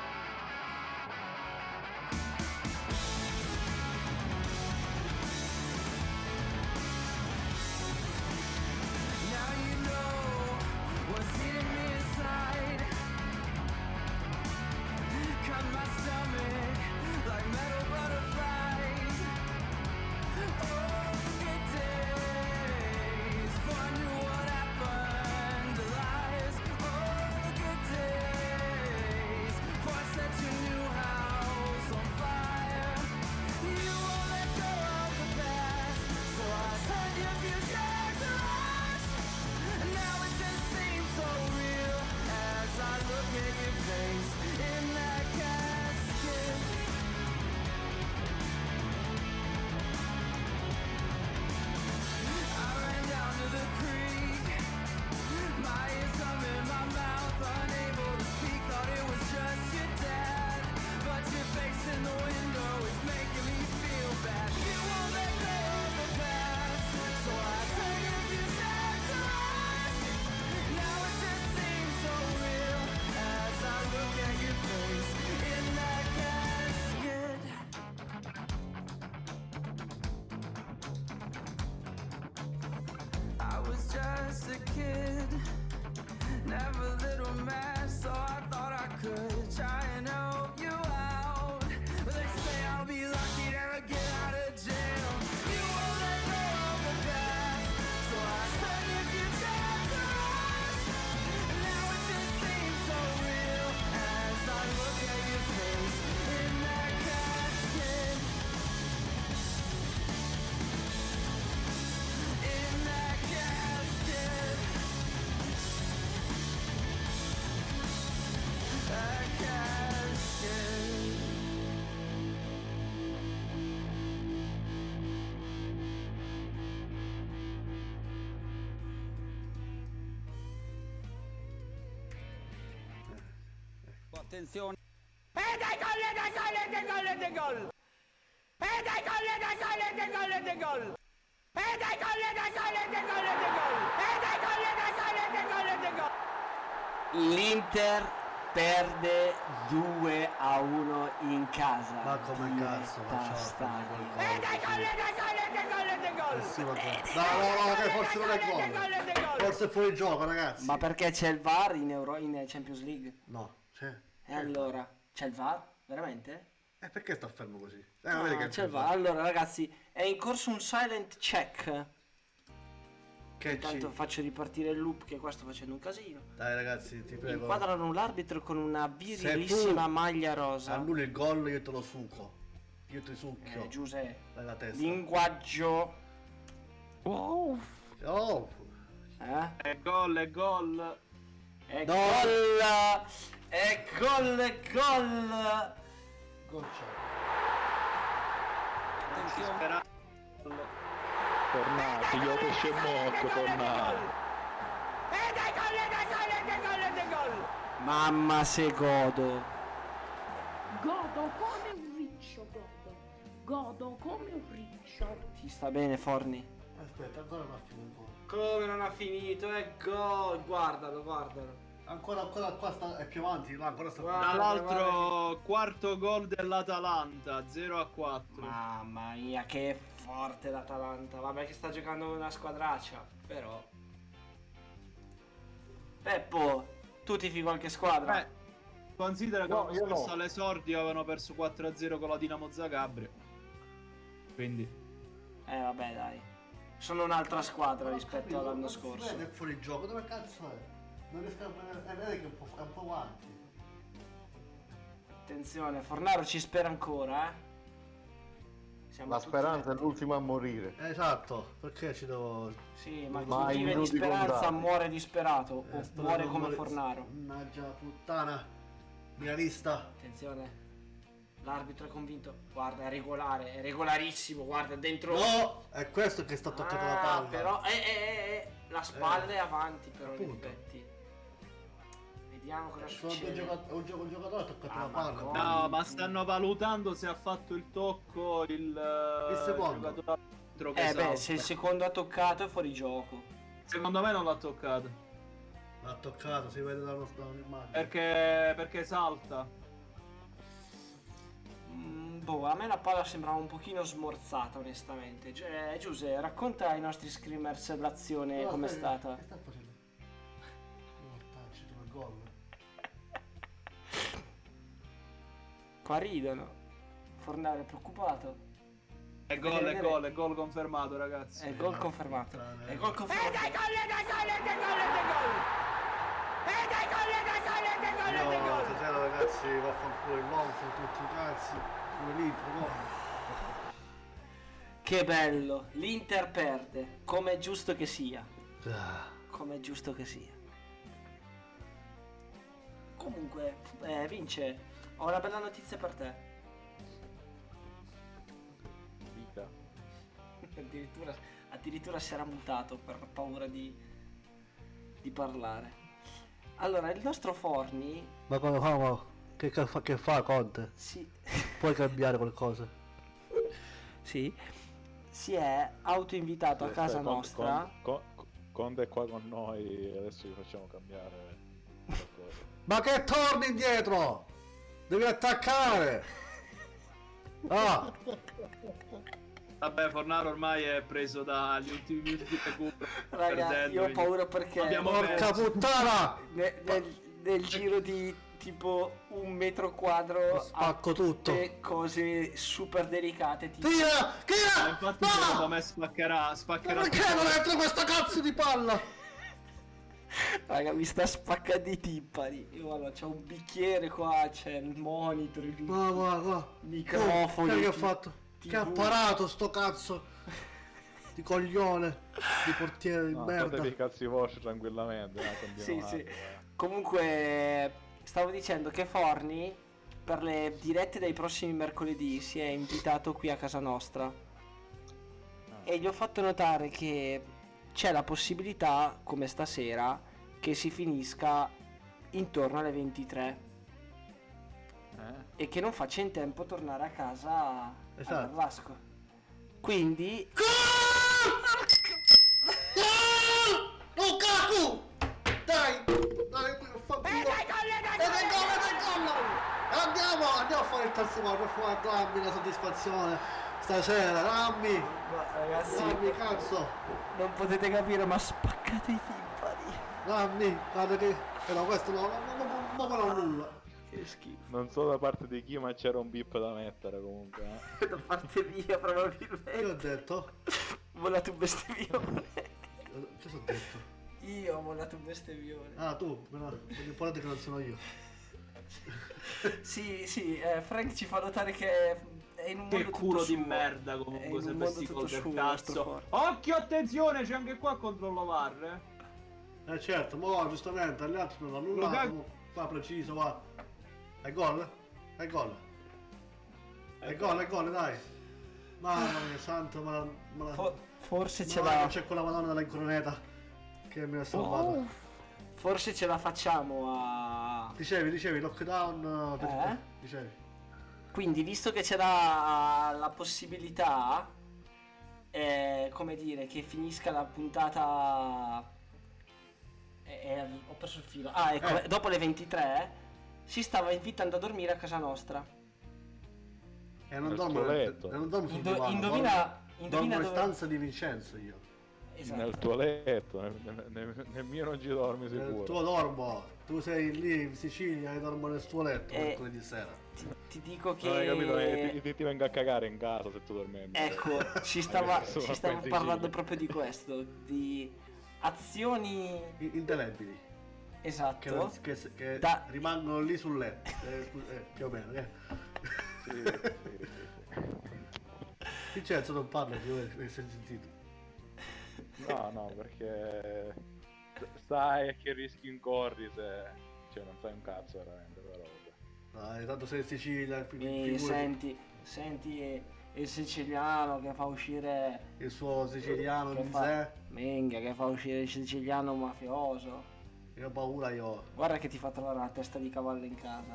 Speaker 7: Attenzione.
Speaker 8: E dai gol, e dai gol, e dai gol, e dai gol. E dai gol, e dai gol, e dai gol, e dai gol. E dai gol, e dai gol, e dai gol, e dai gol. E dai gol, e dai gol, e dai gol, e dai gol.
Speaker 1: L'Inter perde 2-1 in casa.
Speaker 4: Ma come cazzo facciamo?
Speaker 8: E dai gol, e dai gol, e dai gol, e dai gol.
Speaker 4: No, che forse non è gol. Forse è fuori gioco, ragazzi.
Speaker 1: Ma perché c'è il VAR in Champions League?
Speaker 4: No, c'è.
Speaker 1: E allora? C'è il VAR? Veramente?
Speaker 4: E perché sta fermo così?
Speaker 1: Vedi che c'è il VAR. Allora ragazzi, è in corso un silent check.
Speaker 4: Che
Speaker 1: intanto faccio ripartire il loop, che qua sto facendo un casino.
Speaker 4: Dai ragazzi, ti prego.
Speaker 1: Inquadrano l'arbitro con una virilissima maglia rosa.
Speaker 4: Annulli il gol, io te lo succo. Io ti succhio.
Speaker 1: Giuseppe.
Speaker 4: Dai la testa.
Speaker 1: Linguaggio.
Speaker 4: Oh.
Speaker 5: È gol, è gol.
Speaker 1: È gol. È gol, è gol.
Speaker 4: Gol
Speaker 5: Attenzione.
Speaker 6: Tornati, io pesce morto, tornati.
Speaker 8: E dai gol, e dai gol, e dai gol, e dai gol.
Speaker 1: Mamma se godo.
Speaker 9: Godo come un riccio, godo come un riccio.
Speaker 1: Ti sta bene, Forni?
Speaker 4: Aspetta, ancora non ha finito.
Speaker 1: Come non ha finito? È gol. Guardalo.
Speaker 4: Ancora qua è più avanti, là, ancora sta.
Speaker 5: Tra l'altro, quarto gol dell'Atalanta, 0-4.
Speaker 1: Mamma mia, che forte l'Atalanta. Vabbè che sta giocando una squadraccia, però. Peppo, tu tifi qualche squadra?
Speaker 5: Considera che
Speaker 13: No,
Speaker 5: l'anno
Speaker 13: io no.
Speaker 5: scorso all'esordio avevano perso 4-0 con la Dinamo Zagabria. Quindi
Speaker 1: Vabbè, dai. Sono un'altra squadra rispetto all'anno
Speaker 4: Si
Speaker 1: scorso.
Speaker 4: vede fuori gioco, dove cazzo è? Non riesco a vedere che è un po' avanti.
Speaker 1: Attenzione, Fornaro ci spera ancora, Siamo
Speaker 14: La
Speaker 1: tutti-
Speaker 14: speranza è l'ultima a morire.
Speaker 4: Esatto, perché ci devo...
Speaker 1: Sì, ma
Speaker 14: Ma
Speaker 1: chi
Speaker 14: i
Speaker 1: vive di
Speaker 14: minuti
Speaker 1: speranza
Speaker 14: contati.
Speaker 1: muore disperato o
Speaker 4: sto
Speaker 1: muore
Speaker 4: dando
Speaker 1: come
Speaker 4: male-
Speaker 1: Fornaro.
Speaker 4: Mannaggia puttana. Milanista.
Speaker 1: Attenzione. L'arbitro è convinto. Guarda, è regolare, è regolarissimo, guarda, dentro.
Speaker 4: No! È questo che sta toccando la palla.
Speaker 1: Però la spalla è avanti però in
Speaker 4: Appunto.
Speaker 1: effetti. Vediamo cosa
Speaker 4: Sono
Speaker 1: succede.
Speaker 4: un giocatore ha toccato la
Speaker 1: ma
Speaker 4: palla.
Speaker 1: come?
Speaker 5: No, ma stanno valutando se ha fatto il tocco il
Speaker 4: secondo.
Speaker 5: giocatore arbitro che
Speaker 1: Beh,
Speaker 5: salta.
Speaker 1: se il secondo ha toccato è fuori gioco.
Speaker 5: Secondo me non l'ha toccato.
Speaker 4: L'ha toccato, si vede da un'immagine.
Speaker 5: Perché salta.
Speaker 1: Boh, a me la palla sembrava un pochino smorzata, onestamente. Giuse, racconta ai nostri screamers l'azione com'è stata.
Speaker 4: Che sta facendo? Mortacci, il gol.
Speaker 1: Qua ridono. Fornaro è preoccupato.
Speaker 5: È gol confermato, ragazzi.
Speaker 1: È gol confermato. È gol confermato.
Speaker 4: Io stasera ragazzi vaffanculo il Monza, tutti i cazzi, come l'Inter, no?
Speaker 1: Che bello. L'Inter perde. Come è giusto che sia. Come è giusto che sia. Comunque, Vince, ho una bella notizia per te.
Speaker 6: Dica.
Speaker 1: Addirittura si era mutato per paura di parlare. Allora, il nostro Forni
Speaker 4: Ma come fa? Ma che fa Conte?
Speaker 1: si,
Speaker 4: Puoi cambiare qualcosa?
Speaker 1: sì, si è autoinvitato a casa nostra.
Speaker 6: Conte è qua con noi, adesso vi facciamo cambiare qualcosa.
Speaker 4: Ma che torni indietro? Devi attaccare! Ah!
Speaker 5: Vabbè, Fornaro ormai è preso dagli ultimi minuti di recupero.
Speaker 1: Raga,
Speaker 5: perdendo,
Speaker 1: io ho
Speaker 5: quindi
Speaker 1: paura perché
Speaker 5: abbiamo
Speaker 4: Porca
Speaker 5: perso.
Speaker 4: puttana!
Speaker 1: nel giro di tipo un metro quadro
Speaker 4: Spacco tutto.
Speaker 1: tutte cose super delicate tipo...
Speaker 4: Tira! Tira!
Speaker 5: Infatti secondo me spaccherà
Speaker 4: Perché non entra questa cazzo di palla?
Speaker 1: Raga, mi sta spaccando i timpani. Io guarda, c'è un bicchiere qua, c'è il monitor, il
Speaker 4: Guarda.
Speaker 1: microfono.
Speaker 4: Che ha fatto? Che ha parato sto cazzo di coglione di portiere di
Speaker 6: No,
Speaker 4: merda.
Speaker 6: fatevi i cazzi vostri tranquillamente.
Speaker 1: Sì, sì. Comunque, stavo dicendo che Forni per le dirette dei prossimi mercoledì si è invitato qui a casa nostra. E gli ho fatto notare che c'è la possibilità, come stasera, che si finisca intorno alle 23 e che non faccia in tempo a tornare a casa al Vasco. Quindi
Speaker 4: Lukaku! Dai! Fa Andiamo a fare il terzo gol per fare dammi la soddisfazione stasera, dammi!
Speaker 1: Ragazzi,
Speaker 4: Dammi cazzo!
Speaker 1: non potete capire, ma spaccate i timpani.
Speaker 4: Dammi! Guarda che... no, questo non ho nulla.
Speaker 1: Che schifo.
Speaker 6: Non so da parte di chi, ma c'era un bip da mettere comunque.
Speaker 1: Da parte mia probabilmente.
Speaker 4: Che ho detto?
Speaker 1: Ho volato un bestemmione.
Speaker 4: Che sono detto?
Speaker 1: Io ho volato un bestemmione.
Speaker 4: Ah, tu? L'importante è che non sono io.
Speaker 1: Sì, Frank ci fa notare che è in un mondo
Speaker 5: Che
Speaker 1: tutto
Speaker 5: culo di
Speaker 1: suo.
Speaker 5: merda
Speaker 1: È
Speaker 5: comunque
Speaker 1: in
Speaker 5: se
Speaker 1: un
Speaker 5: questi
Speaker 1: mondo
Speaker 5: gol
Speaker 1: tutto
Speaker 5: del
Speaker 1: suo, nostro
Speaker 5: cazzo.
Speaker 1: Forni.
Speaker 5: Occhio, attenzione, c'è anche qua controllo VAR.
Speaker 4: Certo, mo giustamente, agli altri non hanno annullato, mo va preciso, va. È gol? È gol. È gol, dai. Mamma mia, santo,
Speaker 1: Forse ce
Speaker 4: no,
Speaker 1: la...
Speaker 4: c'è quella madonna della incroneta che mi ha salvato.
Speaker 1: Forse ce la facciamo a...
Speaker 4: Dicevi, lockdown, dicevi.
Speaker 1: Quindi, visto che c'è la possibilità, come dire, che finisca la puntata... ho perso il filo. Ah, ecco, dopo le 23 si stava invitando a dormire a casa nostra.
Speaker 4: E non dormo sul divano,
Speaker 1: Indovina
Speaker 4: dormo in
Speaker 1: dove...
Speaker 4: stanza di Vincenzo io.
Speaker 1: Esatto.
Speaker 6: Nel tuo letto, nel mio non ci dormi sicuro.
Speaker 4: Nel tuo dormo, tu sei lì in Sicilia e dormo nel tuo letto mercoledì sera.
Speaker 1: Ti dico che...
Speaker 6: Non hai capito? Ti vengo a cagare in casa se tu dormi.
Speaker 1: Ecco, ci stavo parlando proprio di questo, di azioni
Speaker 4: indelebili.
Speaker 1: Esatto.
Speaker 4: Che rimangono lì sul letto, più o meno. Vincenzo non parla più, hai sentito?
Speaker 6: No, perché sai che rischi incorri se... Cioè non fai un cazzo veramente, però...
Speaker 4: Dai, tanto sei in Sicilia,
Speaker 1: senti il siciliano che fa uscire
Speaker 4: il suo siciliano di sé.
Speaker 1: Minchia, che fa uscire il siciliano mafioso.
Speaker 4: Io ho paura io.
Speaker 1: Guarda che ti fa trovare una testa di cavallo in casa,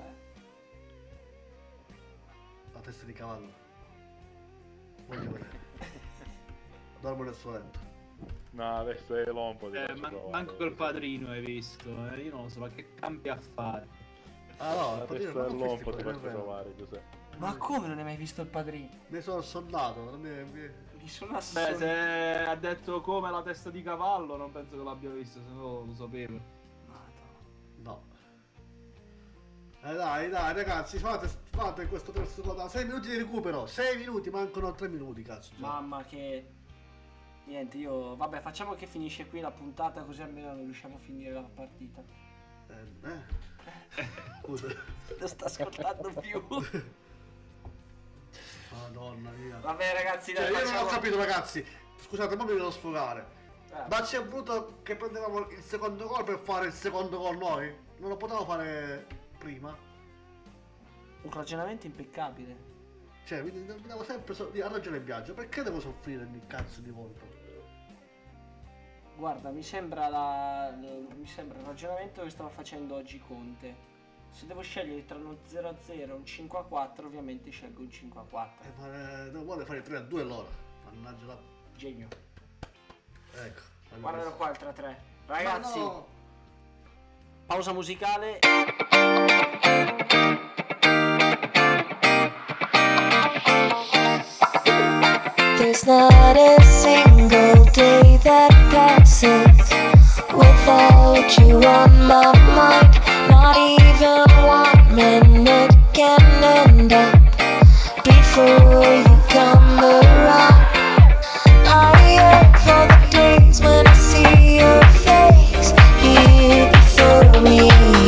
Speaker 4: La testa di cavallo. Voglio vedere. Dormo nel suo letto.
Speaker 6: No, adesso è lompo.
Speaker 5: Manco col padrino hai visto, io non lo so, ma che campi a fare?
Speaker 4: Ah no,
Speaker 6: la testa del lompo ti faccio trovare, Giuseppe.
Speaker 1: Ma come non hai mai visto il padrino?
Speaker 4: Ne sono sondato,
Speaker 1: mi sono
Speaker 5: Beh, se ha detto come la testa di cavallo, non penso che l'abbia visto, se no lo sapevo.
Speaker 4: No. Dai, ragazzi, fate questo terzo gol. 6 minuti di recupero, 6 minuti, mancano 3 minuti, cazzo.
Speaker 1: Mamma che... Niente, vabbè, facciamo che finisce qui la puntata, così almeno non riusciamo a finire la partita.
Speaker 4: Scusa.
Speaker 1: Non sta ascoltando più.
Speaker 4: Madonna mia.
Speaker 1: Vabbè ragazzi, dai,
Speaker 4: io non ho capito, ragazzi. Scusate, ma mi devo sfogare.
Speaker 1: Eh.
Speaker 4: Ma ci è voluto che prendevamo il secondo gol per fare il secondo gol noi? Non lo potevamo fare prima?
Speaker 1: Un ragionamento impeccabile.
Speaker 4: Cioè, mi devo sempre ha ragione in viaggio. Perché devo soffrire di cazzo di volta?
Speaker 1: Guarda, mi sembra il ragionamento che stava facendo oggi Conte. Se devo scegliere tra uno 0-0 e un 5-4, ovviamente scelgo un 5-4.
Speaker 4: Ma non vuole fare 3-2 allora. Mannaggia la...
Speaker 1: Genio.
Speaker 4: Ecco.
Speaker 1: Guardalo qua il 3-3. Ragazzi,
Speaker 4: no.
Speaker 1: Pausa musicale.
Speaker 15: There's not a single day that passes without you on my mind. Not even 1 minute can end up before you come around. I yearn for the days when I see your face here before me.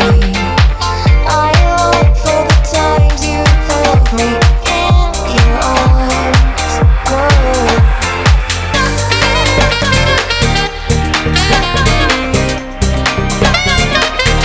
Speaker 15: I long for the times you held me in your arms. Whoa.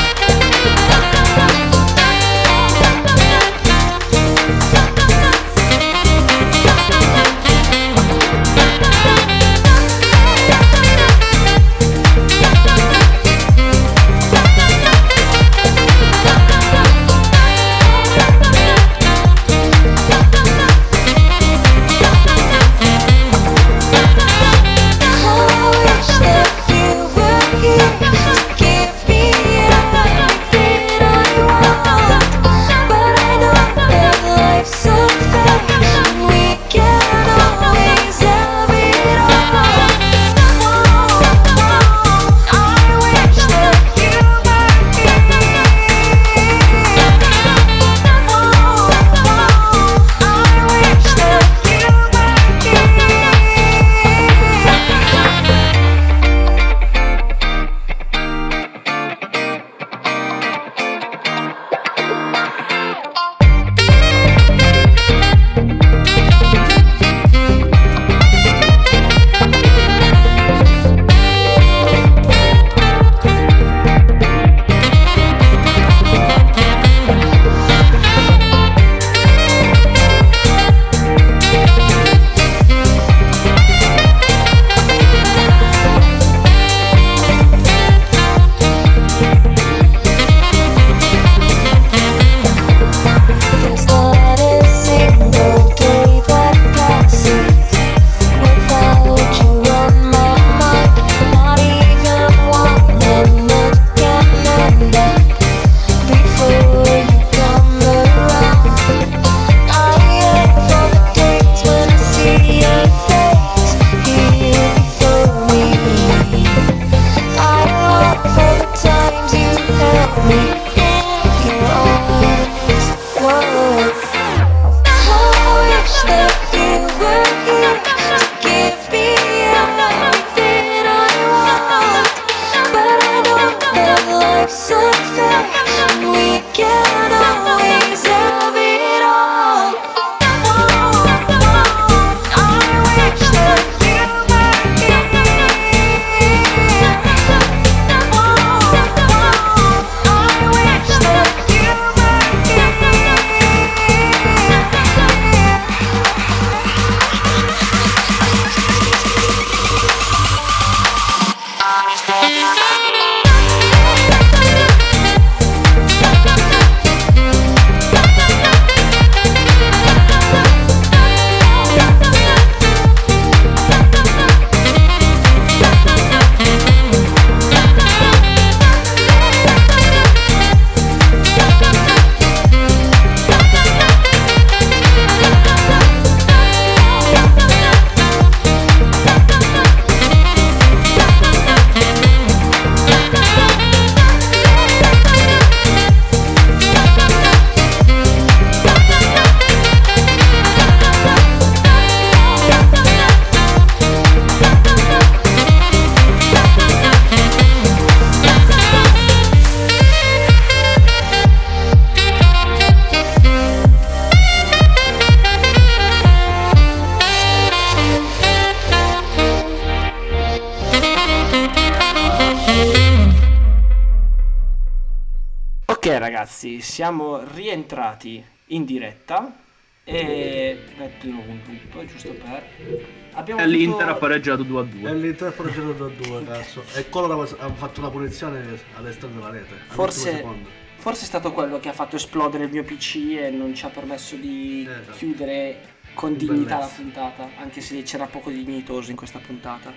Speaker 1: ragazzi, siamo rientrati in diretta e metto di nuovo un loop, giusto per...
Speaker 5: E l'Inter ha pareggiato 2-2.
Speaker 4: E l'Inter ha pareggiato 2-2, cazzo. E Coloro ha fatto una punizione all'esterno della rete.
Speaker 1: Forse è stato quello che ha fatto esplodere il mio PC e non ci ha permesso di chiudere con dignità la puntata, anche se c'era poco dignitoso in questa puntata.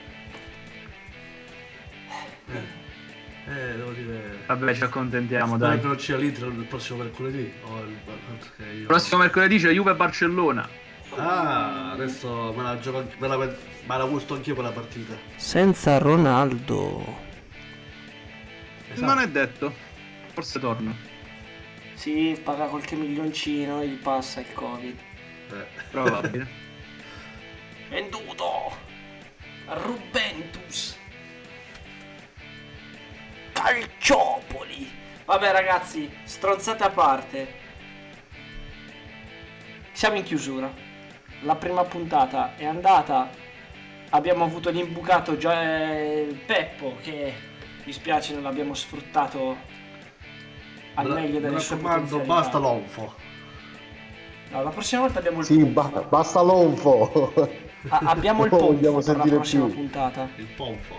Speaker 4: Devo dire...
Speaker 5: Vabbè, ci accontentiamo, dai.
Speaker 4: Non c'è l'Inter il prossimo mercoledì?
Speaker 5: Il prossimo mercoledì c'è Juve-Barcellona.
Speaker 4: Ah, adesso me la gioco, me la gusto anch'io quella partita.
Speaker 1: Senza Ronaldo.
Speaker 5: Esatto. Non è detto. Forse torna.
Speaker 1: Sì, paga qualche milioncino e gli passa il Covid.
Speaker 5: Probabile.
Speaker 1: Venduto. Rubentus. Calciopoli. Vabbè ragazzi, stronzate a parte. Siamo in chiusura. La prima puntata è andata. Abbiamo avuto l'imbucato Peppo, che mi spiace non l'abbiamo sfruttato al meglio delle sue potenzialità.
Speaker 4: Basta l'onfo.
Speaker 1: No, la prossima volta abbiamo il
Speaker 14: ponfo. Basta l'onfo.
Speaker 1: Abbiamo il ponfo per la prossima puntata.
Speaker 4: Il ponfo.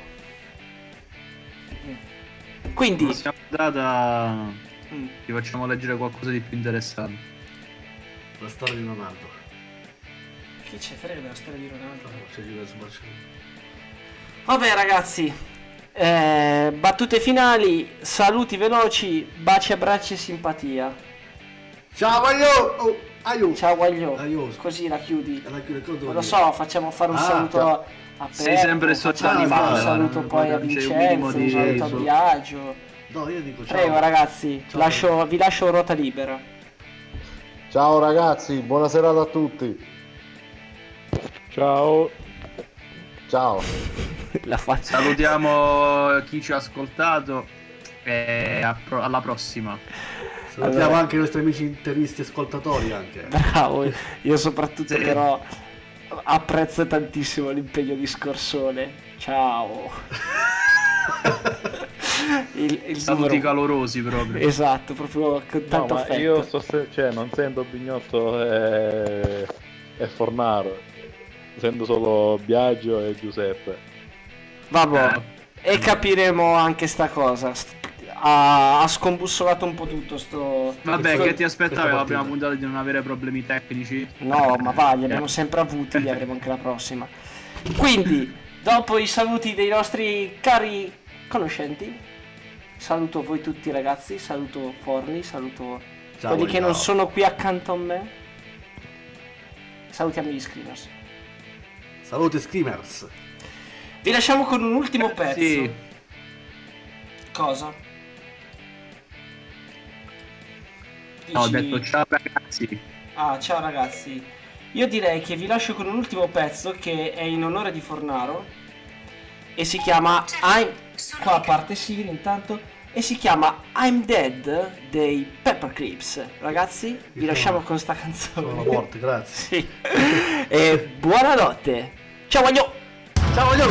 Speaker 1: Quindi
Speaker 5: la prossima puntata ti facciamo leggere qualcosa di più interessante.
Speaker 4: La storia di Ronaldo.
Speaker 1: Chi ce frega della storia di Ronaldo?
Speaker 4: C'è Juve su Barcellona.
Speaker 1: Vabbè ragazzi, battute finali, saluti veloci, baci, abbracci e simpatia.
Speaker 4: Ciao Guaglio!
Speaker 1: Ciao Guaglio! Così la chiudi. Non lo so, facciamo fare un saluto a
Speaker 5: sei sempre il
Speaker 1: facciamo un saluto poi a Vincenzo, un saluto a Biagio.
Speaker 4: No, io dico ciao.
Speaker 1: Prego ragazzi, vi lascio ruota libera.
Speaker 14: Ciao ragazzi, buona serata a tutti.
Speaker 6: Ciao.
Speaker 14: Ciao.
Speaker 5: Salutiamo chi ci ha ascoltato e alla prossima.
Speaker 4: Salutiamo anche i nostri amici interisti ascoltatori anche.
Speaker 1: Bravo, io soprattutto però apprezzo tantissimo l'impegno di Scorsone. Ciao. il
Speaker 5: saluti calorosi proprio.
Speaker 1: Esatto, proprio con tanto affetto.
Speaker 6: Io non sento Bignotto e Fornaro, sento solo Biagio e Giuseppe.
Speaker 1: Vabbè, e capiremo anche sta cosa. Ha scombussolato un po' tutto sto...
Speaker 5: Vabbè, che ti aspettavi la prima puntata di non avere problemi tecnici?
Speaker 1: No, ma va, li abbiamo sempre avuti, li avremo anche la prossima. Quindi, dopo i saluti dei nostri cari conoscenti, saluto voi tutti ragazzi, saluto Forni, saluto quelli che non sono qui accanto a me. Salutiamo gli screamers.
Speaker 4: Saluti screamers.
Speaker 1: Vi lasciamo con un ultimo pezzo.
Speaker 5: Sì.
Speaker 1: Cosa?
Speaker 5: No, ho detto ciao ragazzi.
Speaker 1: Ah, ciao ragazzi. Io direi che vi lascio con un ultimo pezzo che è in onore di Fornaro e si chiama qua a parte Siri intanto, e si chiama I'm Dead dei Pepperclips. Ragazzi, vi lasciamo con sta canzone.
Speaker 4: Sono morti, grazie.
Speaker 1: Sì. E buonanotte. Ciao Guaglio.
Speaker 4: Ciao Guaglio.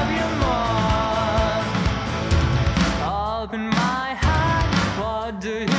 Speaker 15: Do